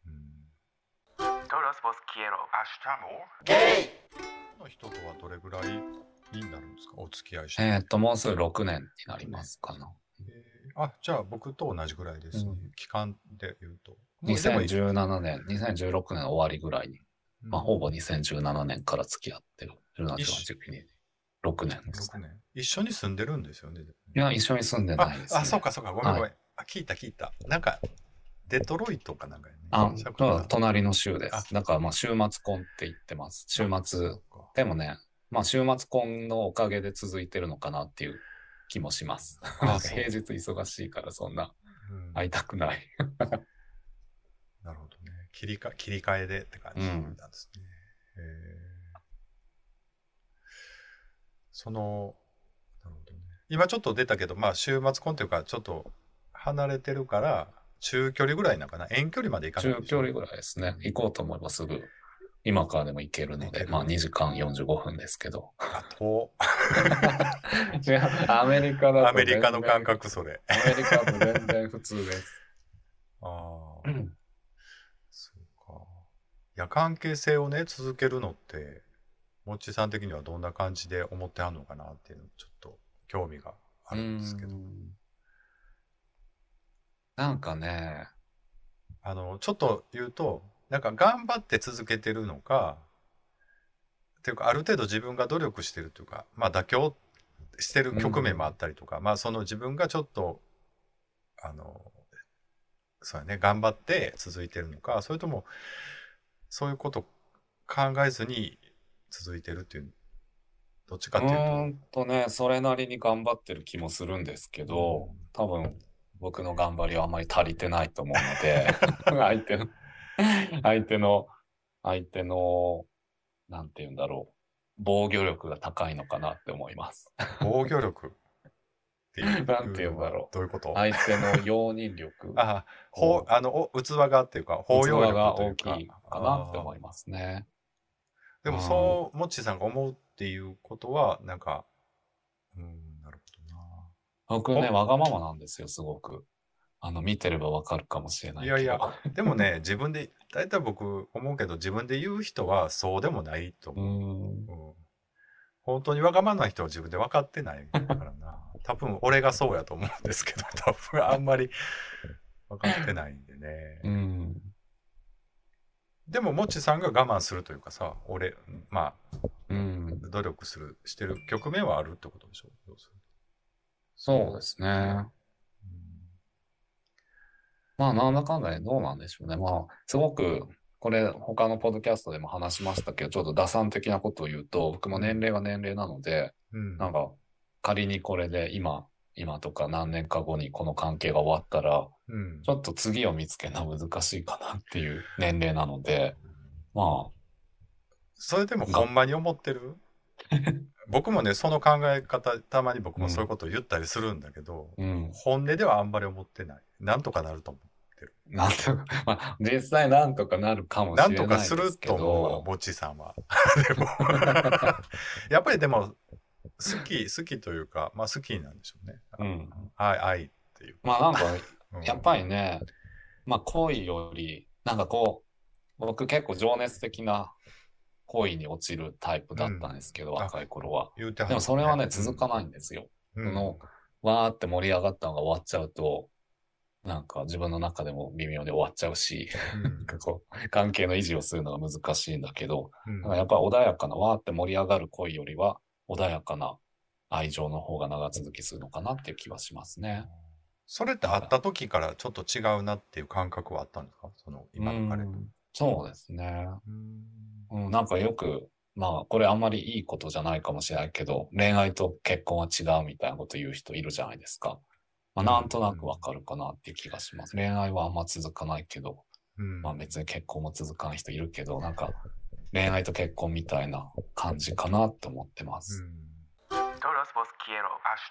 Todos vos quiero. ゲイの人とはどれぐらいになるんですかお付き合いして、 えーっと、もうすぐろくねんになりますかな。 えーあじゃあ僕と同じぐらいですね、 うん期間で言うとにせんじゅうななねねん、にせんじゅうろくねん終わりぐらいに、まあ、ほぼにせんじゅうななねんから付き合ってる。じゅうなな、じゅうはち、じゅうきゅうにろくねんですろく。ねん一緒に住んでるんですよねいや、一緒に住んでないです、ね。 ああそうかそうかごめんごめん、 はいあ聞いた聞いたなんかデトロイトかなんかやねあ、 ちゃうかな隣の州であす。だからまあ週末婚って言ってます。週末そうかでもね、まあ週末婚のおかげで続いてるのかなっていう気もします。 あなんかそう平日忙しいからそんなうん会いたくない。 なるほどね切りか切り替えでって感じなんですね、えーそのなるほどね今ちょっと出たけどまあ週末婚というかちょっと離れてるから中距離ぐらいなんかな遠距離まで行かない中距離ぐらいですね。行こうと思えばすぐ、今からでも行けるので、 行けるまあにじかんよんじゅうごふんですけど。 あと違う、アメリカだとアメリカの感覚。 覚それアメリカだと全然普通です。 ああそうかいや関係性をね続けるのってもっちさん的にはどんな感じで思ってはんのかなっていうのちょっと興味があるんですけどうんなんかね、 あのちょっと言うとなんか頑張って続けてるのかっていうかある程度自分が努力してるというかまあ妥協してる局面もあったりとか、まあその自分がちょっとあのそうやね頑張って続いてるのかそれともそういうこと考えずに続いてるっていうどっちかうっていうとーんとね、それなりに頑張ってる気もするんですけど、 うん多分僕の頑張りはあまり足りてないと思うので、相手の、相手の、相手の、なんて言うんだろう、防御力が高いのかなって思います。 防御力っていうなんて言うんだろうのはどういうこと相手の容認力、 あほうあのお器がっていうか包器容力が大というかきいかなって思いますね。 でもそうモッチーさんが思うっていうことはなんかうんなるほどな僕ね、わがままなんですよ、すごく。あの、見てればわかるかもしれないけど。 いやいやでもね自分で大体僕思うけど自分で言う人はそうでもないとうー思う、 ん。 うん本当にわがままな人は自分で分かってないからな多分俺がそうやと思うんですけど多分あんまり分かってないんでね、 うん。 でももちさんが我慢するというかさ俺まうん。 あ努力するしてる局面はあるってことでしょ要するそうですね。まあ、なんだかんだでどうなんでしょうね。まあ、すごく、これ、他のポッドキャストでも話しましたけど、ちょっと打算的なことを言うと、僕も年齢は年齢なので、 うんなんか、仮にこれで今、今とか何年か後にこの関係が終わったら、 うんちょっと次を見つけるのは難しいかなっていう年齢なので、まあ、 それでもほんまに思ってる僕もね、その考え方、たまに僕もそういうことを言ったりするんだけど、 うん。 本音ではあんまり思ってない。なんとかなると思ってる。 なんとか、まあ、実際なんとかなるかもしなんれないですとかするけと思うわ、 ど、 ぼっちさんは。でもやっぱりでも、好き、好きというか、まあ好きなんでしょうね。 うん。 愛、愛っていう。 まあなんか、 うんやっぱりね、まあ恋より、なんかこう、僕結構情熱的な恋に落ちるタイプだったんですけど、 うん若い頃は。 言うてはるでもそれはね、 うん続かないんですよ。 うんその、わーって盛り上がったのが終わっちゃうと、なんか自分の中でも微妙で終わっちゃうし、 うんなんかこう、関係の維持をするのが難しいんだけど、 うんだからやっぱ穏やかな、わーって盛り上がる恋よりは、穏やかな愛情の方が長続きするのかなっていう気はしますね。 それって会った時からちょっと違うなっていう感覚はあったんですか？その今の彼と。 うんそうですね。 うんうん、なんかよく、まあ、これあんまりいいことじゃないかもしれないけど、恋愛と結婚は違うみたいなこと言う人いるじゃないですか。まあ、なんとなくわかるかなっていう気がします。恋愛はあんま続かないけど、 うんまあ別に結婚も続かない人いるけど、なんか恋愛と結婚みたいな感じかなって思ってまうす。 ん Todos vos quiero.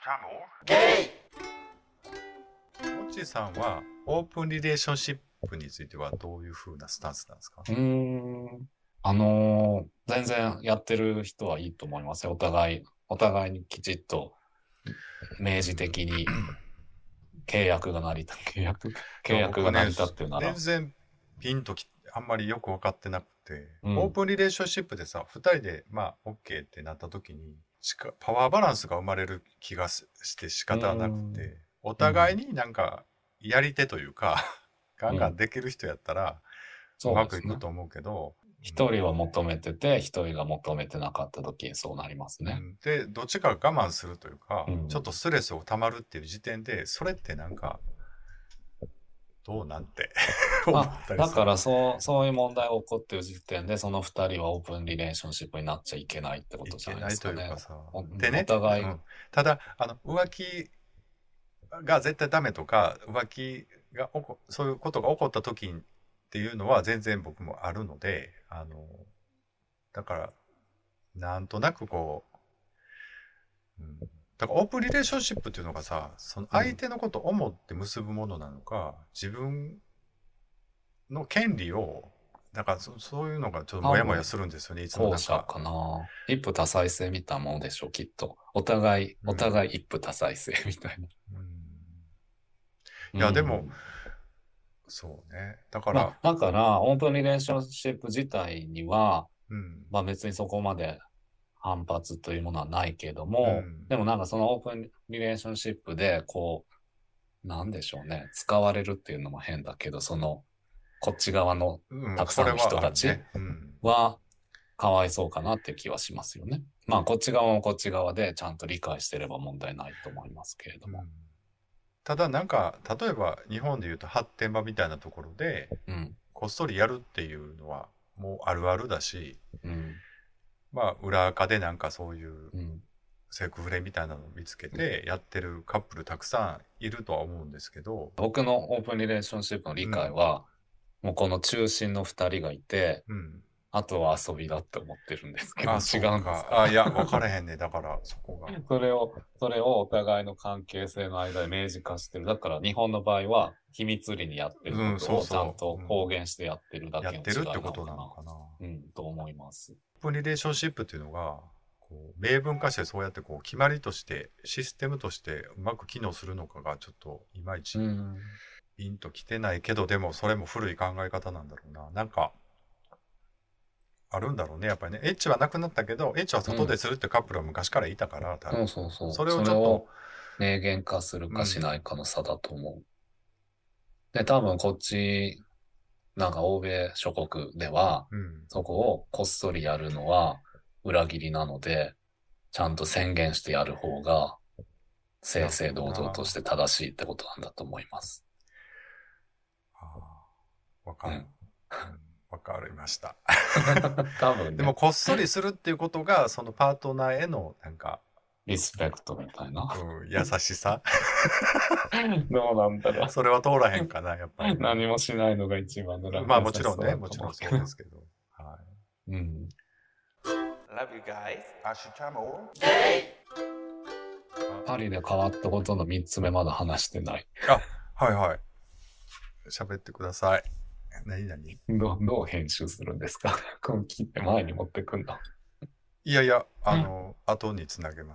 モッチーさんはオープンリレーションシップについてはどういう風なスタンスなんですか？ うーん。あのー全然やってる人はいいと思いますよ。お互い、お互いにきちっと明示的に契約が成り立って、契約、契約が成り立ってるなら。 全然ピンときあんまりよく分かってなくて、 うんオープンリレーションシップでさ、ふたりでまあ OK ってなった時にしかパワーバランスが生まれる気がしして仕方なくて、お互いになんかやり手というか、ガンガンできる人やったらうまそうですね。 くいくと思うけど、 一人は求めてて、一人が求めてなかった時にそうなりますね。 うんで、どっちかが我慢するというか、 うんちょっとストレスを溜まるっていう時点で、それってなんか、どうなんて思っまあ、 たりする。 だからそう、そういう問題が起こってる時点で、その二人はオープンリレーションシップになっちゃいけないってこといじゃけないというないですかね。 かさお。 でね、 お互い、 うんただ、あの、浮気が絶対ダメとか、浮気が起こ、そういうことが起こった時っていうのは全然僕もあるので、あの、だから、なんとなくこう、うん、だからオープンリレーションシップっていうのがさ、その相手のことを思って結ぶものなのか、自分の権利を、だからそそういうのがちょっとモヤモヤするんですよね、いつもなん後者か。 かな。一夫多妻制みたいなものでしょう、きっと。お互い、 うんお互い一夫多妻制みたいな。 うんいや、でもうん、 そうね。だから、 まあ、だから、オープンリレーションシップ自体には、 うん。 まあ別にそこまで反発というものはないけれども、 うんでもなんかそのオープンリレーションシップで、こう、なんでしょうね、使われるっていうのも変だけど、その、こっち側のうんたくさんの人たちこれはあるねうんは、かわいそうかなって気はしますよね。まあ、こっち側もこっち側でちゃんと理解してれば問題ないと思いますけれども。 ただなんか、例えば日本でいうと発展場みたいなところで、 うん。 こっそりやるっていうのはもうあるあるだし、 うん。 まあ裏垢でなんかそういううん。 セクフレみたいなのを見つけてやってるカップルたくさんいるとは思うんですけど、 僕のオープンリレーションシップの理解は、もうこの中心の二人がいて、 うん。 あとは遊びだって思ってるんですけど、違うんですそうか？ あ、いや、分からへんね。だからそこが。 それを、それをお互いの関係性の間で明示化してる。だから日本の場合は秘密裏にやってるうんことそうそうをちゃんと公言してやってるだやってけの違いなるってことのかな。 なのかな。 うん、と思います。 オープンリレーションシップっていうのが、こう明文化してそうやってこう決まりとしてシステムとしてうまく機能するのかがちょっといまいちうん。 ピンときてないけど、でもそれも古い考え方なんだろうな。なんかあるんだろうね、やっぱりね。エッチはなくなったけど、エッチは外でするってカップルは昔からいたから、多そう分そうそう。 それをちょっと明言化するかしないかの差だと思う。で、多分こっち、なんか欧米諸国では、 うんそこをこっそりやるのは裏切りなので、ちゃんと宣言してやる方が、正々堂々として正しいってことなんだと思います。 あーわかる。 うんうんわかりました。 多分ね。 でもこっそりするっていうことがそのパートナーへのなんか、 リスペクトみたいな。 うん、優しさどうなんだろう。 それは通らへんかな、やっぱり。 何もしないのが一番の楽まあもちろんね、 優しさだと思うもちろんそうですけど。はうん。 Love you guys. パリで変わったことのみっつめまだ話してない。 あ、はいはい。喋ってください。何何どう、どう編集するんですか？この切って前に持ってくんだ。 いやいや、あの、後につなげます。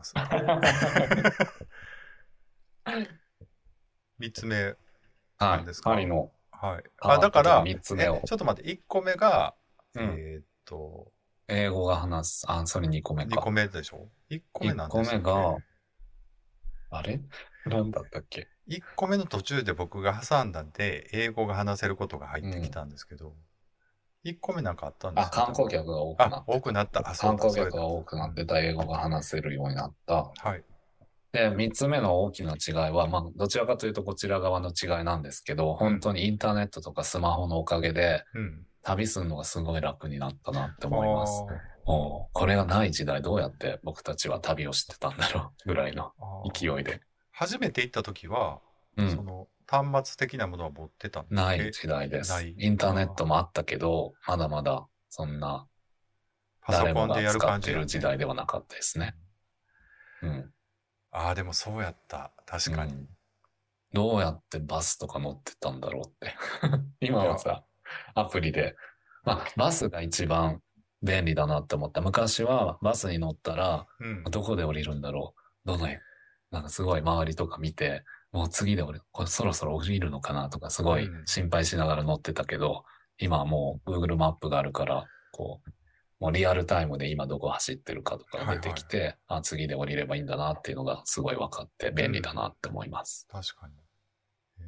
みっつめはい。 なんですか？ パリのはい。あ、 変わったことだから、 みっつめをえちょっと待って、いっこめが、 うんえーっと、 英語が話す。あ、それにこめにこか。 めでしょ？ いっ 個目 1個なんでしたっけ？ 目が、あれなんだったっけ？ いっこめの途中で僕が挟んだんで、英語が話せることが入ってきたんですけど、いっこめなんかあったんですあ、 か？ 観光客が多くなってあ、 た。 多くなった。あ、そうだ、 観光それだ。 客が多くなってた。英語が話せるようになった。 はい。 で、みっつめの大きな違いは、まあ、どちらかというとこちら側の違いなんですけど、本当にインターネットとかスマホのおかげで、 うん。 旅するのがすごい楽になったなって思います。 あーもう、これがない時代どうやって僕たちは旅をしてたんだろうぐらいのあー勢いで。 初めて行った時は、 うんその端末的なものは持ってたんですか？ ない時代ですない。 インターネットもあったけど、まだまだそんなパソ誰もコンでやるが使って感じやね。 る時代ではなかったですね。うん。 ああ、でもそうやった。確かに。 うんどうやってバスとか乗ってたんだろうって。今はさ、アプリで。まあ、バスが一番便利だなって思った。昔はバスに乗ったら、 うん。 どこで降りるんだろう。どの辺なんかすごい周りとか見て、もう次で降りる。これそろそろ降りるのかなとかすごい心配しながら乗ってたけど、今はもう Google マップがあるから、こう、もうリアルタイムで今どこ走ってるかとか出てきて、あ、次で降りればいいんだなっていうのがすごい分かって便利だなって思います。 確かに。へ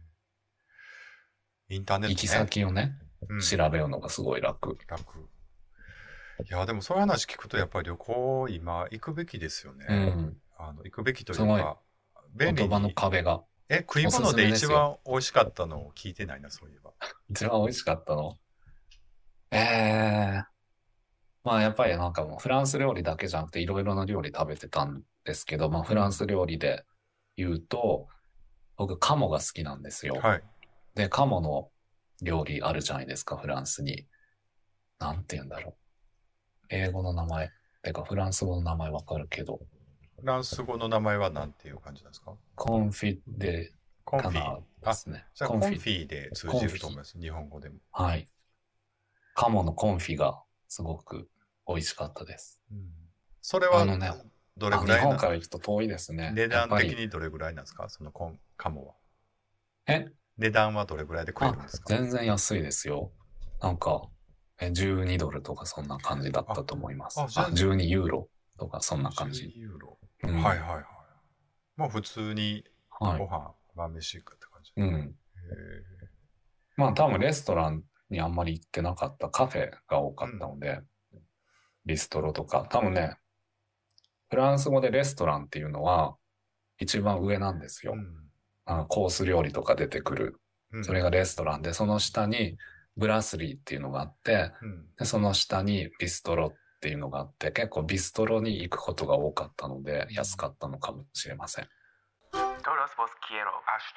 ーインターネットね。 行き先をね、 うん調べるのがすごい楽。 楽。いや、でもそういう話聞くとやっぱり旅行今行くべきですよね。 うん。 あの行くべきというすごいか、便利言葉のに。 壁が。 え、食いおす物で一すめですよ番美味しかったのを聞いてないな、そういえば。 一番美味しかったの。ええまあやっぱりなんかもうフランス料理だけじゃなくていろいろな料理食べてたんですけど、まあフランス料理で言うと、僕カモが好きなんですよ。 はい。 で、カモの料理あるじゃないですか、フランスに。なんて言うんだろう。英語の名前。てかフランス語の名前わかるけど。 フランス語の名前は何ていう感じなんですか？ コンフィでコンフィかなですね。 じゃあコンフィで通じると思います。日本語でも。 はい。カモのコンフィがすごく美味しかったです。 うんそれはあのね、 どれあ日本ぐらいなから行くと遠いですね。 値段やっぱり的にどれぐらいなんですか？そのコンカモは。 え値段はどれぐらいで食えあるんですか？ 全然安いですよ。なんか、えじゅうにドルとかそんな感じだったと思います。あああ全然じゅうにユーロとかそんな感じゅうじ。 にユーロ。 うんはいはいはい。もう普通にはい。 ご飯、晩飯かって感じ。 うん。 へまあ多分レストランにあんまり行ってなかったカフェが多かったので、ビストロとか。多分ね、フランス語でレストランっていうのは一番上なんですよ。 ーうんあのコース料理とか出てくる。 うんそれがレストランで、その下にブラスリーっていうのがあって、 うんでその下にビストロっていうのがあって、結構ビストロに行くことが多かったので、安かったのかもしれません。 Todos vos quiero.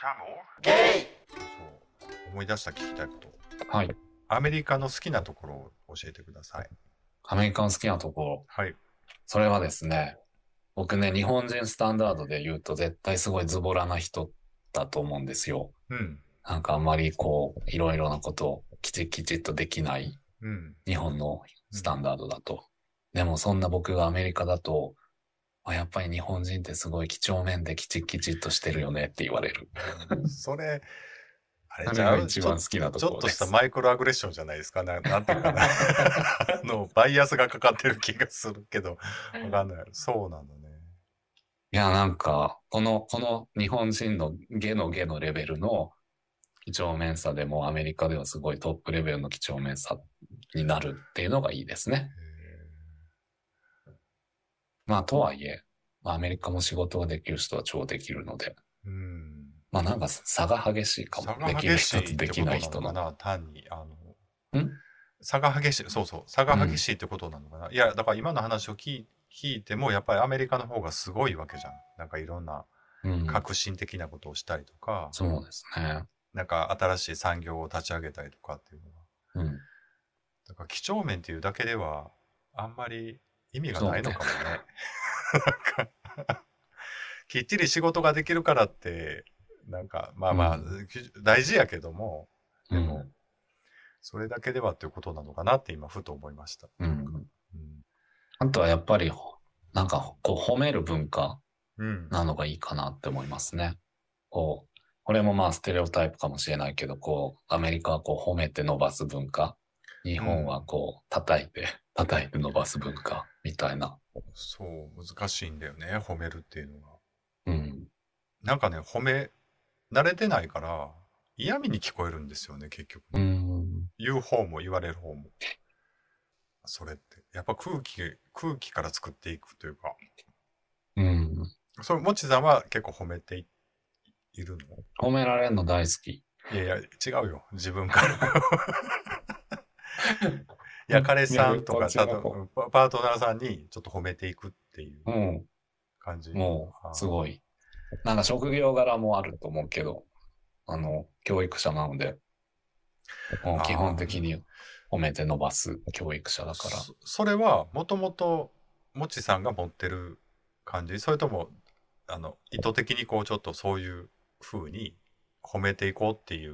そうそう思い出した聞きたいこと。 はい。 アメリカの好きなところを教えてください。 アメリカの好きなところ。 はい。 それはですね、僕ね、日本人スタンダードで言うと絶対すごいズボラな人だと思うんですよ。 うん。 なんかあんまりこう、いろいろなことをきちきちっとできないうん。 日本のスタンダードだと。でもそんな僕がアメリカだと、あやっぱり日本人ってすごい几帳面できちきちっとしてるよねって言われる。 それ、あれそじゃあれが一番好きなとちょころです。 っとしたマイクロアグレッションじゃないですか。ななんていうかな。あの、バイアスがかかってる気がするけど、わかんない。そうなんだね。 いや、なんか、この、この日本人のゲのゲのレベルの几帳面さでもアメリカではすごいトップレベルの几帳面さになるっていうのがいいですね。まあ、とはいえ、まあアメリカも仕事ができる人は超できるので、 うん。 まあなんか差が激しいか差も。できるが激し人とできいってことない人の。 なのかな、単に。あんの、差が激しい、そうそう、差が激しいってことなのかな。いや、だから今の話を聞い聞いても、やっぱりアメリカの方がすごいわけじゃん。なんかいろんなうん。 革新的なことをしたりとか、 そうですね。 なんか新しい産業を立ち上げたりとかっていうのは。 うん。 だから几帳面っていうだけでは、あんまり意味がないのかもね。なんかきっちり仕事ができるからって、なんか、まあまあ、 うん、 大事やけども、でも、 うん、 それだけではということなのかなって今、ふと思いました。 うん。 うん。 あとはやっぱり、なんか、こう、褒める文化うん。 なのがいいかなって思いますね。こう、これもまあステレオタイプかもしれないけど、こう、アメリカはこう褒めて伸ばす文化。日本はうん。 こう、叩いて、叩いて伸ばす文化みたいな。 そう、難しいんだよね、褒めるっていうのが。 うん。 なんかね、褒め、慣れてないから、嫌味に聞こえるんですよね、結局うね。 ん。 言う方も言われる方も。それって。やっぱ空気、空気から作っていくというか。 うん。 そう、もちさんは結構褒めてい、いるの？ 褒められるの大好き。 いやいや、違うよ。自分から。いや、彼さん逆、 とか、 こっちたとの方。 パパートナーさんにちょっと褒めていくっていううん。 感じ。 もう、すあごい。なんか職業柄もあると思うけど、あの、教育者なので、もう基本あ的に褒めて伸ばす教育者だから。 そ、それはもともともちさんが持ってる感じ？それともあの意図的にこうちょっとそういう風に褒めていこうっていう？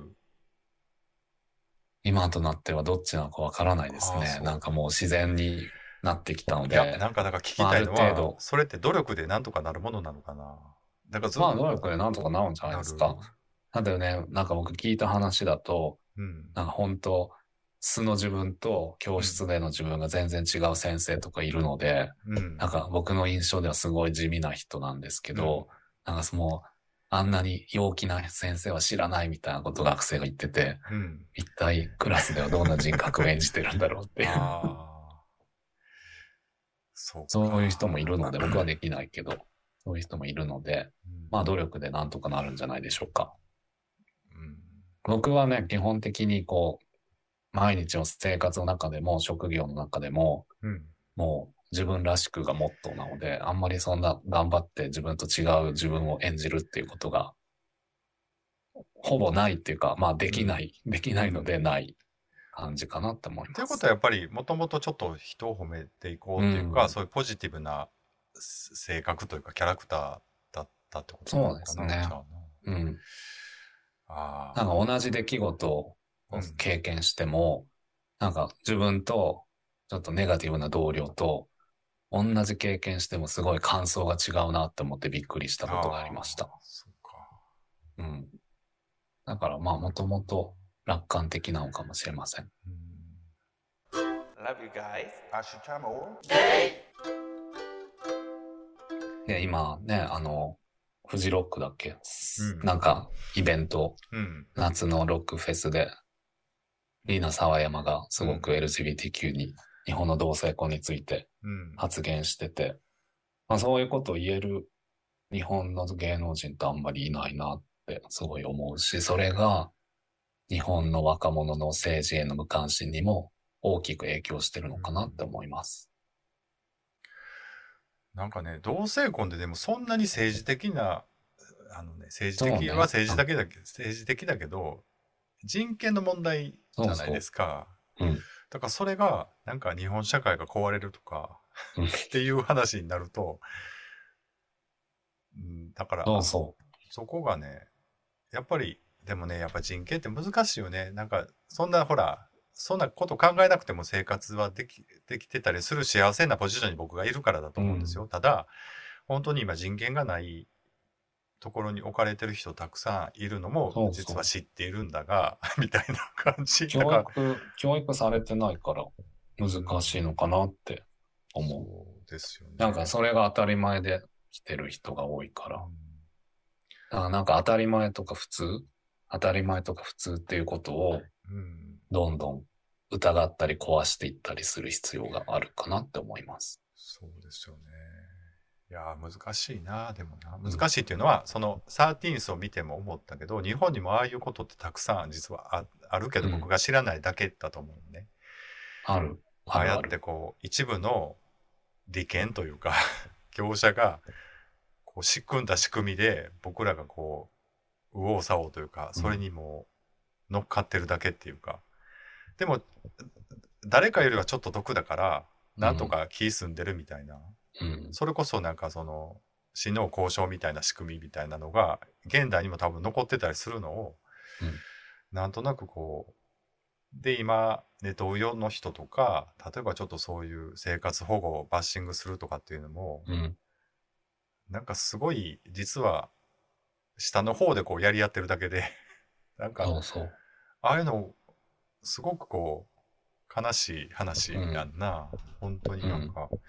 今となってはどっちなのかわからないですああ、 ね。なんそう。 かもう自然になってきたのいや、 で、 なんかだから聞きまああるたいのは、 程度、 それって努力でなんとかなるものなのかな。だからず、 まあ努力でなんとかなるんじゃないなる。 ですか。なんだよね、なんか僕聞いた話だと、 うん。 なんか本当、素の自分と教うん。 室での自分が全然違う先生とかいるので、 うん。 なんか僕の印象ではすごい地味な人なんですけうん。 ど、なんかもう、あんなに陽気な先生は知らないみたいなことを学生が言ってて、 うん。 一体クラスではどんな人格を演じてるんだろうっていう。 ああ、そうそういう人もいか。 るので、僕はできないけど、そういう人もいるので、 うん。 まあ努力でなんとかなるんじゃないでしょうか。 うん。 僕はね、基本的にこう、毎日の生活の中でも、職業の中でも、 うん。 もう自分らしくがモットーなので、あんまりそんな頑張って自分と違う自分を演じるっていうことが、ほぼないっていうか、まあでうん。 きない、できないのでない感じかなって思いということます。 はやっぱりもともとちょっと人を褒めていこううっていうか、 ん。 そういうポジティブな性格というかキャラクターだったってことなそうのかな、じですね。 ゃあうん。 な。ああ、 なんか同じ出来事をうん、 経験しても、なんか自分とちょっとネガティブな同僚と同じ経験してもすごい感想が違うなって思ってびっくりしたことがありましああ、 た。 そうか。 うん。だからまあもともと楽観的なのかもしれません。 うん、 Love you guys. で、今ね、あの、フジロックだっけ、 うん、 なんかイベント、 うん、 夏のロックフェスで、リーナ沢山がすごくうん、 エルジービーティーキュー に、日本の同性婚についてうん。 発言してて、まあそういうことを言える日本の芸能人ってあんまりいないなってすごい思うし、それが日本の若者の政治への無関心にも大きく影響してるのかなって思います。 なんかね、同性婚ででもそんなに政治的な、あのね、政治的はそうね。あ、 政治だけだけ、政治的だけど、人権の問題じゃないでそうそすか。 う。うん。 だからそれが、なんか日本社会が壊れるとかうん、 っていう話になると、うん、だから、 そうそそこがね、やっぱり、でもね、やっぱ人権って難しいよね。なんか、そんなほら、そんなこと考えなくても生活はでき、できてたりする幸せなポジションに僕がいるからだとう。うん。 思うんですよ。ただ、本当に今人権がないところに置かれてる人たくさんいるのもそうそう。 実は知っているんだが、みたいな感じ。だ教から、 育、教育されてないからうん、 難しいのかなって思う。 そうですよなんかね。 それが当たり前で来てる人が多いから。 うん、 だからなんか当たり前とか普通、当たり前とか普通っていうことをうん、 どんどん疑ったり壊していったりする必要があるかなって思います。 そうですよね。いやー、難しいな、でもな。 うん。 難しいっていうのは、そのサーティーンスを見ても思ったけど、日本にもああいうことってたくさん実はあ、あるけど、僕うん。 が知らないだけだと思うね。 ある。あああやっるある。 てこう、一部の利権というか業者が、こう、仕組んだ仕組みで、僕らがこう、右往左往というか、それうん。 にもう乗っかってるだけっていうか。でも、誰かよりはちょっと得だから、 なんとか気済んでるみたいな、 うん。 それこそなんかその死の交渉みたいな仕組みみたいなのが現代にも多分残ってたりするのを、 うん。 なんとなくこうで今ネトウヨの人とか例えばちょっとそういう生活保護をバッシングするとかっていうのも、 うん。 なんかすごい実は下の方でこうやり合ってるだけでなんかそうそああいうのすごくこう悲しい話う。うん。 やんな、本当にうん。 なんか、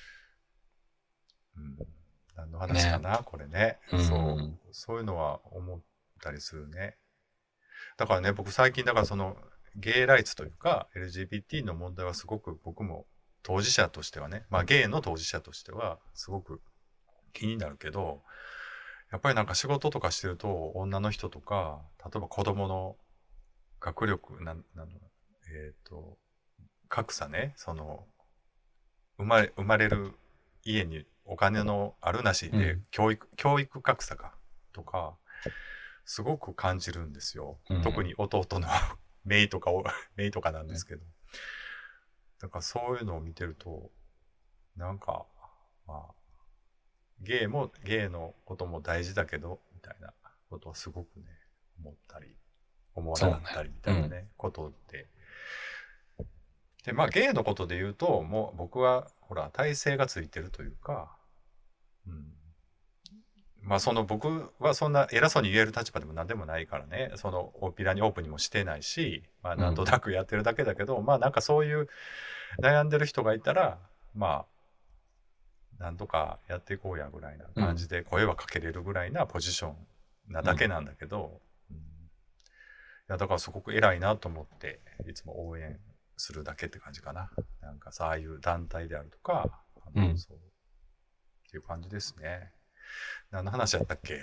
うん、何の話かね。 なこれね、 うそん。 うそういうのは思ったりするね。だからね僕最近だからそのゲイライツというか エルジービーティー の問題はすごく僕も当事者としてはね、まあゲイの当事者としてはすごく気になるけど、やっぱりなんか仕事とかしてると女の人とか例えば子供の学力なんなんえっ、と格差ね、その生まれ生まれる家にお金のあるなしでうん教育、教育格差かとかすごく感じるんですよ。 うん。 特に弟のメイとかをメイとかなんですけど、だからそういうのを見てるとなんかまあゲイもゲイのことも大事だけどみたいなことはすごくね思ったり思わなそうね。 かったりみたうん。 いなね、ことで。でまあゲイのことで言うともう僕はほら体制がついてるというか、うん、まあその僕はそんな偉そうに言える立場でも何でもないからね、その大っぴらにオープンにもしてないし、まあなんとうん。 なくやってるだけだけど、まあなんかそういう悩んでる人がいたらまあなんとかやっていこうやぐらいなうん。 感じで声はかけれるぐらいなポジションなうん。 だけなんだけど、うん、いやだからすごく偉いなと思っていつも応援するだけって感じかな。なんかさああいう団体であるとか、あのうん。 そうっていう感じですね。何の話やったっけ？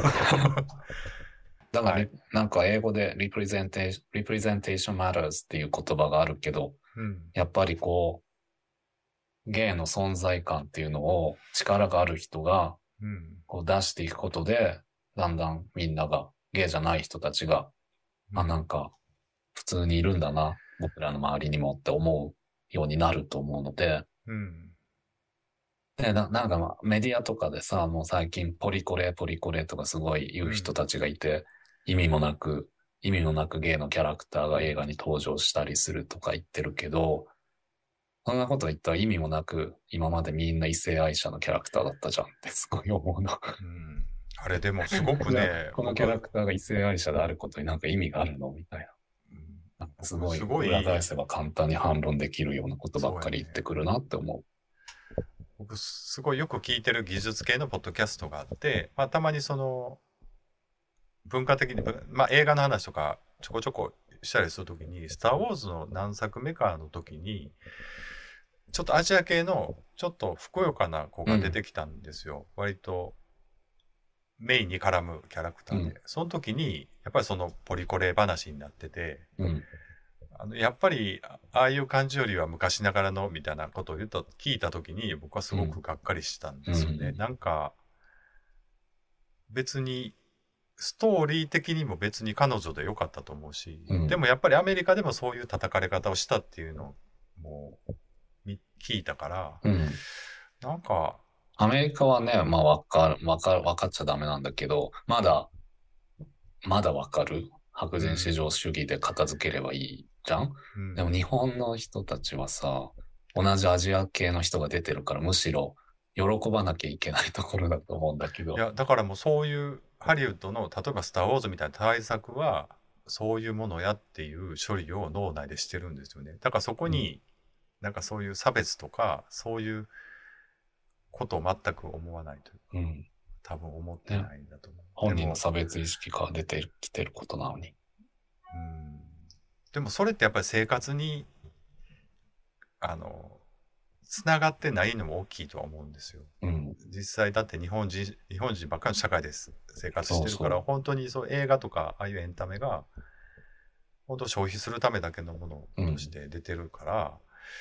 だからリ、 はい。 なんか英語で representation, representation matters っていう言葉があるけど、 うん。 やっぱりこう、ゲイの存在感っていうのを力がある人がうん。 こう出していくことで、だんだんみんなが、ゲイじゃない人たちが、あ、なうん。 んか普通にいるんだな、僕らの周りにもって思うようになると思うので、 うん。 で、な、なんかまあメディアとかでさ、もう最近ポリコレ、ポリコレとかすごい言うん。 う人たちがいて、意味もなく、意味もなくゲイのキャラクターが映画に登場したりするとか言ってるけど、そんなこと言ったら意味もなく、今までみんな異性愛者のキャラクターだったじゃんってすごい思うの。 うん。あれでもすごくじゃあ、 ね、 このキャラ僕、 クターが異性愛者であることになんか意味があるのみたいな。 うん、 なんかす僕すごいごい、 裏返せば簡単に反論できるようなことばっかり言ってそうやね。 くるなって思僕すごいよく聞いてる技術系のポッドキャストがあって、まあたまにその文化的に、ぶまあ映画の話とかちょこちょこしたりするときに、スター・ウォーズの何作目かの時に、ちょっとアジア系のちょっとふくよかな子う。うが出ん。 てきたんですよ。割とメインに絡むキャラクタうん。 ーで。その時に、やっぱりそのポリコレ話になってて、 うん。 あのやっぱりあああいう感じよりは昔ながらのみたいなことを言った聞いた時に僕はすうん。 ごくがっかりしたんうですよね。 ん。 なんか別にストーリー的にも別に彼女で良かったと思うし、 うん。 でもやっぱりアメリカでもそういう叩かれ方をしたっていうのをもうみ聞いたから、 うん。 なんか、 アメリカはね、まあわかる、わかる、わかっちゃダメなんだけど、まだ、まだわかる。白人至うん、 上主義で片付ければいいじゃん。 うん。 でも日本の人たちはさ、同じアジア系の人が出てるからむしろ喜ばなきゃいけないところだと思うんだけど。 いや、だからもうそういうハリウッドの、例えばスター・ウォーズみたいな対策は、そういうものやっていう処理を脳内でしてるんですよね。だからそこうん。 になんかそういう差別とか、そういうことを全く思わないというか、 うん。 多分思ってね。 ないんだと思う。で本人のも、 差別意識が出てきてることなのに。 うん、でもそれってやっぱり生活に、あの、つながってないのも大きいとは思うんですよ。 うん。 実際だって日本人、日本人ばっかりの社会です生活してるから、 そうそ本当にそう映画とかああいうエンタメが、本当消費するためだけのものう。うん。 として出てるから、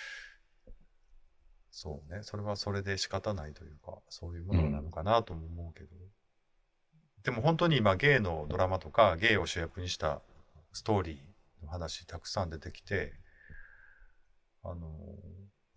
そうね、それはそれで仕方ないというか、そういうものなのうん。 かなとも思うけど、でも本当に今ゲイのドラマとかゲイを主役にしたストーリーの話たくさん出てきて、あの、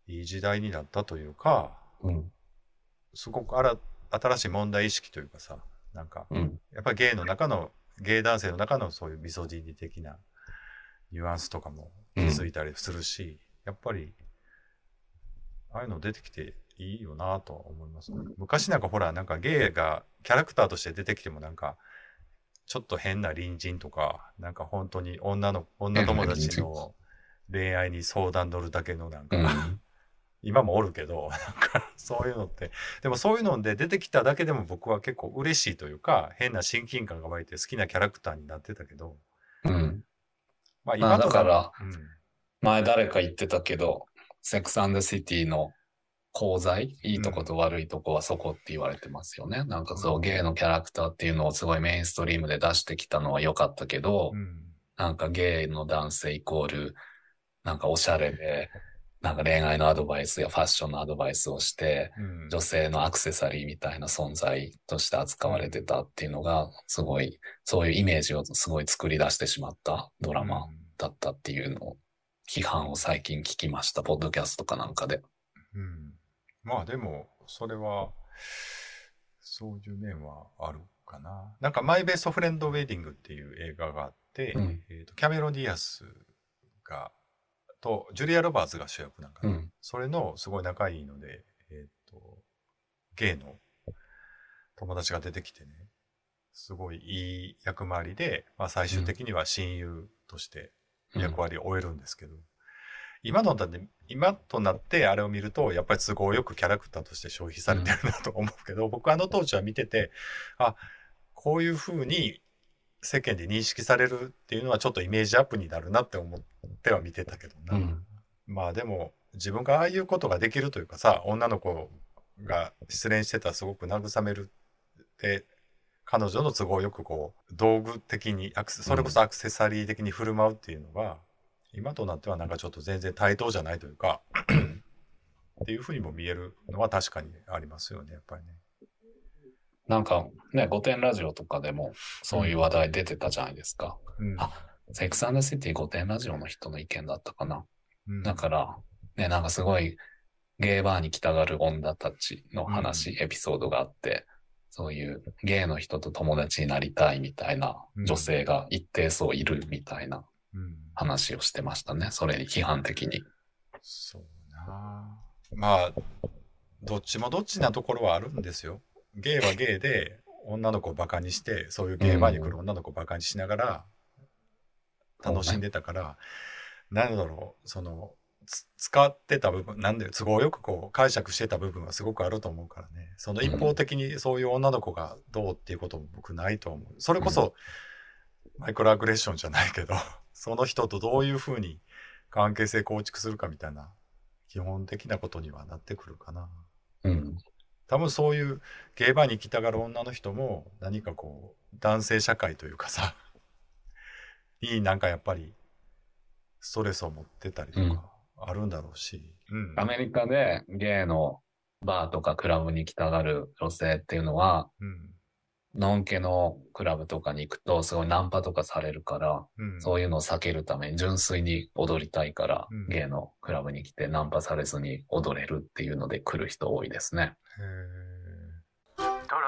いい時代になったというか、 うん。 すごくあら新しい問題意識というかさ、なんか、 うん。 やっぱりゲイの中の、ゲイ男性の中のそういうミソジニ的なニュアンスとかも気づいたりするし、やっぱり、ああいうの出てきていいよなとは思いますね。昔なんかほら、なんかゲイがキャラクターとして出てきてもなんか、ちょっと変な隣人とか、なんか本当に女の、女友達の恋愛に相談乗るだけのなんか、 うん。 今もおるけど、なんかそういうのって、でもそういうので出てきただけでも僕は結構嬉しいというか、変な親近感が湧いて好きなキャラクターになってたけど、 うん。 まあまあ今とな、 だから、 うん、 前誰か言ってたけど、セックス&ザ・シティの功罪、いいとこと悪いとこはそこって言われてますよね。なんかそう、ゲイのキャラクターっていうのをすごいメインストリームで出してきたのは良かったけど、 うん、 なんかゲイの男性イコール、なんかおしゃれで、なんか恋愛のアドバイスやファッションのアドバイスをして、 うん、 女性のアクセサリーみたいな存在として扱われてたっていうのが、すごい、そういうイメージをすごい作り出してしまったドラマだったっていうのを、批判を最近聞きました。ポッドキャストかなんかで。 うん。まあでも、それは、そういう面はあるかな。なんか、マイベストフレンドウェディングっていう映画があって、 うん、 えーと、キャメロン・ディアスが、と、ジュリア・ロバーツが主役なんかな。 うん、 それのすごい仲いいので、えっ、と、ゲイの友達が出てきてね、すごいいい役回りで、まあ最終的には親友として役割を終えるんですけど、今のだって、今となってあれを見ると、やっぱり都合よくキャラクターとして消費されてるなと思うけど、うん、僕あの当時は見てて、あ、こういう風に世間で認識されるっていうのはちょっとイメージアップになるなって思っては見てたけどな。うん、まあでも、自分がああいうことができるというかさ、女の子が失恋してたらすごく慰めるって、彼女の都合よくこう、道具的に、それこそアクセサリー的に振る舞うっていうのが、今となってはなんかちょっと全然対等じゃないというかっていうふうにも見えるのは確かにありますよね、やっぱりね。 なんかね、御殿ラジオとかでもそういう話題出てたじゃないですか。うん、あ、セックス&ザ・シティ御殿ラジオの人の意見だったかな。うん、だから、ね、なんかすごいゲイバーに来たがる女たちの話、うん、エピソードがあって、そういうゲイの人と友達になりたいみたいな女性が一定数いるみたいな話をしてましたね。それに批判的に。 そうな。まあ、どっちもどっちなところはあるんですよ。ゲイはゲイで女の子をバカにして、そういうゲイバーに来る女の子をバカにしながら楽しんでたから、うん、なんだろう、その、使ってた部分、なんで都合よくこう解釈してた部分はすごくあると思うからね。その一方的にそういう女の子がどうっていうことも僕ないと思う。それこそマイクロアグレッションじゃないけど、その人とどういうふうに関係性構築するかみたいな基本的なことにはなってくるかな。 うん。 多分そういうゲイバーに来たがる女の人も何かこう男性社会というかさ、になんかやっぱりストレスを持ってたりとか、うんあるんだろうし、 うん、アメリカでゲイのバーとかクラブに来たがる女性っていうのは、うん、ノンケのクラブとかに行くとすごいナンパとかされるから、うん、そういうのを避けるために純粋に踊りたいから、うん、ゲイのクラブに来てナンパされずに踊れるっていうので来る人多いですね。へー。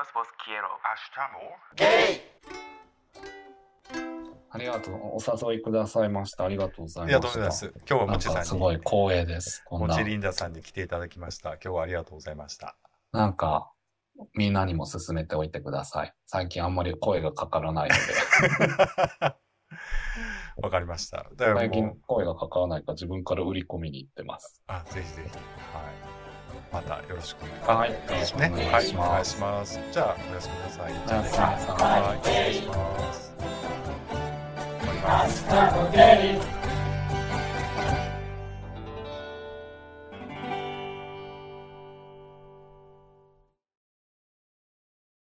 ゲイありがとう。お誘いくださいました。ありがとうございました。ありがとうございます。 今日はもちさんに。 すごい光栄です。 もちリンダさんに来ていただきました。今日はありがとうございました。 なんか、みんなにも勧めておいてください。最近あんまり声がかからないので。 わかりました。 だから最近声がかからないから自分から売り込みに行ってます。 あ、ぜひぜひ。はい。またよろしくお願いします。はい。よろしくお願いします。ね、はい、お願いします。 じゃあ、おやすみなさい。 おやすみなさい。 はい、失礼します。 明日もゲイ